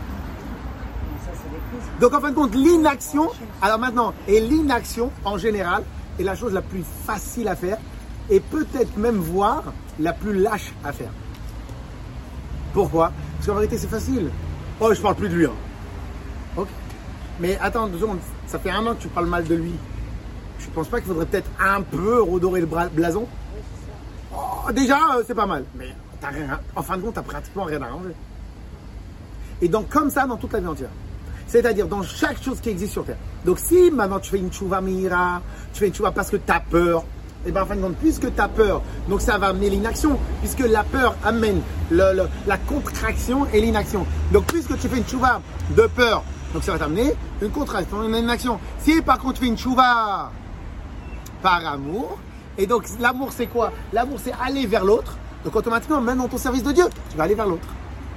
Donc en fin de compte, l'inaction, alors maintenant, et l'inaction en général est la chose la plus facile à faire et peut-être même voire la plus lâche à faire. Pourquoi? Parce qu'en vérité, c'est facile. Oh, je parle plus de lui. Hein. Ok. Mais attends 2 secondes, ça fait 1 an que tu parles mal de lui. Je pense pas qu'il faudrait peut-être un peu redorer le blason. Oh, déjà, c'est pas mal. Mais t'as rien, en fin de compte, t'as pratiquement rien arrangé. Et donc comme ça, dans toute la vie entière. C'est-à-dire dans chaque chose qui existe sur Terre. Donc si maintenant tu fais une tchouva mira, tu fais une tchouva parce que tu as peur, et bien en fin de compte, puisque tu as peur, donc ça va amener l'inaction, puisque la peur amène la contraction et l'inaction. Donc puisque tu fais une tchouva de peur, donc ça va t'amener une contraction et une inaction. Si par contre tu fais une tchouva par amour, et donc l'amour c'est quoi? L'amour c'est aller vers l'autre, donc automatiquement même dans ton service de Dieu, tu vas aller vers l'autre.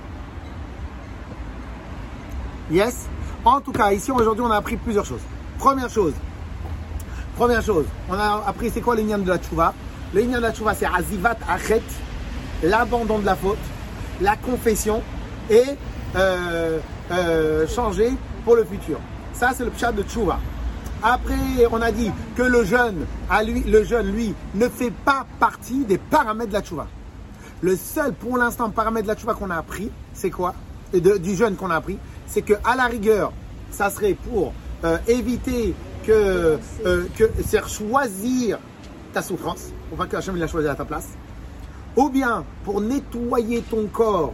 Yes? En tout cas, ici aujourd'hui, on a appris plusieurs choses. Première chose, on a appris c'est quoi l'inyan de la tchouva. Le inyan de la tchouva, c'est azivat achet, l'abandon de la faute, la confession et changer pour le futur. Ça, c'est le pshat de tchouva. Après, on a dit que le jeûne, lui, ne fait pas partie des paramètres de la tchouva. Le seul, pour l'instant, paramètre de la tchouva qu'on a appris, c'est quoi? Du jeûne qu'on a appris, c'est que à la rigueur, ça serait pour éviter que c'est choisir ta souffrance, pour pas que Hachem l'a choisi à ta place, ou bien pour nettoyer ton corps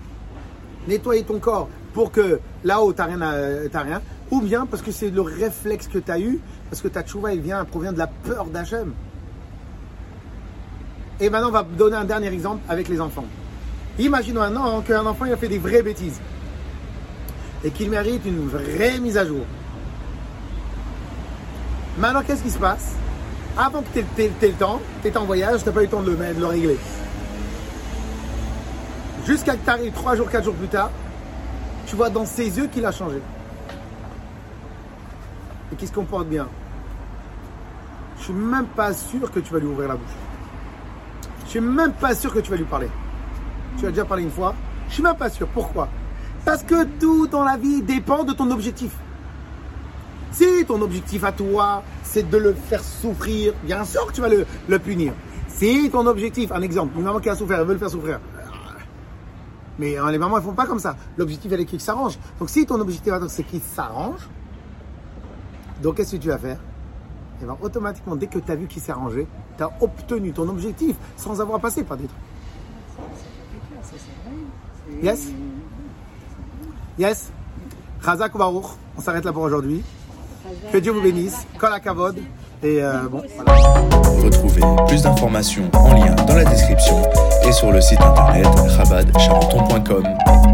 pour que là-haut t'as rien, ou bien parce que c'est le réflexe que tu as eu, parce que ta tchouva provient de la peur d'Hachem. Et maintenant on va donner un dernier exemple avec les enfants. Imaginons maintenant qu'un enfant il a fait des vraies bêtises et qu'il mérite une vraie mise à jour. Maintenant, qu'est-ce qui se passe? Avant que tu aies le temps, tu es en voyage, tu n'as pas eu le temps de le régler. Jusqu'à que tu arrives 3 jours, 4 jours plus tard, tu vois dans ses yeux qu'il a changé. Et qu'il se comporte bien. Je suis même pas sûr que tu vas lui ouvrir la bouche. Je suis même pas sûr que tu vas lui parler. Tu as déjà parlé une fois. Je suis même pas sûr. Pourquoi? Parce que tout dans la vie dépend de ton objectif. Si ton objectif à toi, c'est de le faire souffrir, bien sûr que tu vas le punir. Si ton objectif, un exemple, une maman qui a souffert, elle veut le faire souffrir. Mais les mamans, elles font pas comme ça. L'objectif, elle est qu'il s'arrange. Donc si ton objectif à toi, c'est qu'il s'arrange, donc qu'est-ce que tu vas faire? Et bien automatiquement, dès que tu as vu qu'il s'est arrangé, tu as obtenu ton objectif sans avoir passé par des trucs. Yes? Yes? Chazak ou Baruch, on s'arrête là pour aujourd'hui. Que Dieu vous bénisse. Kol hakavod. Et bon, voilà. Retrouvez plus d'informations en lien dans la description et sur le site internet chabadcharenton.com.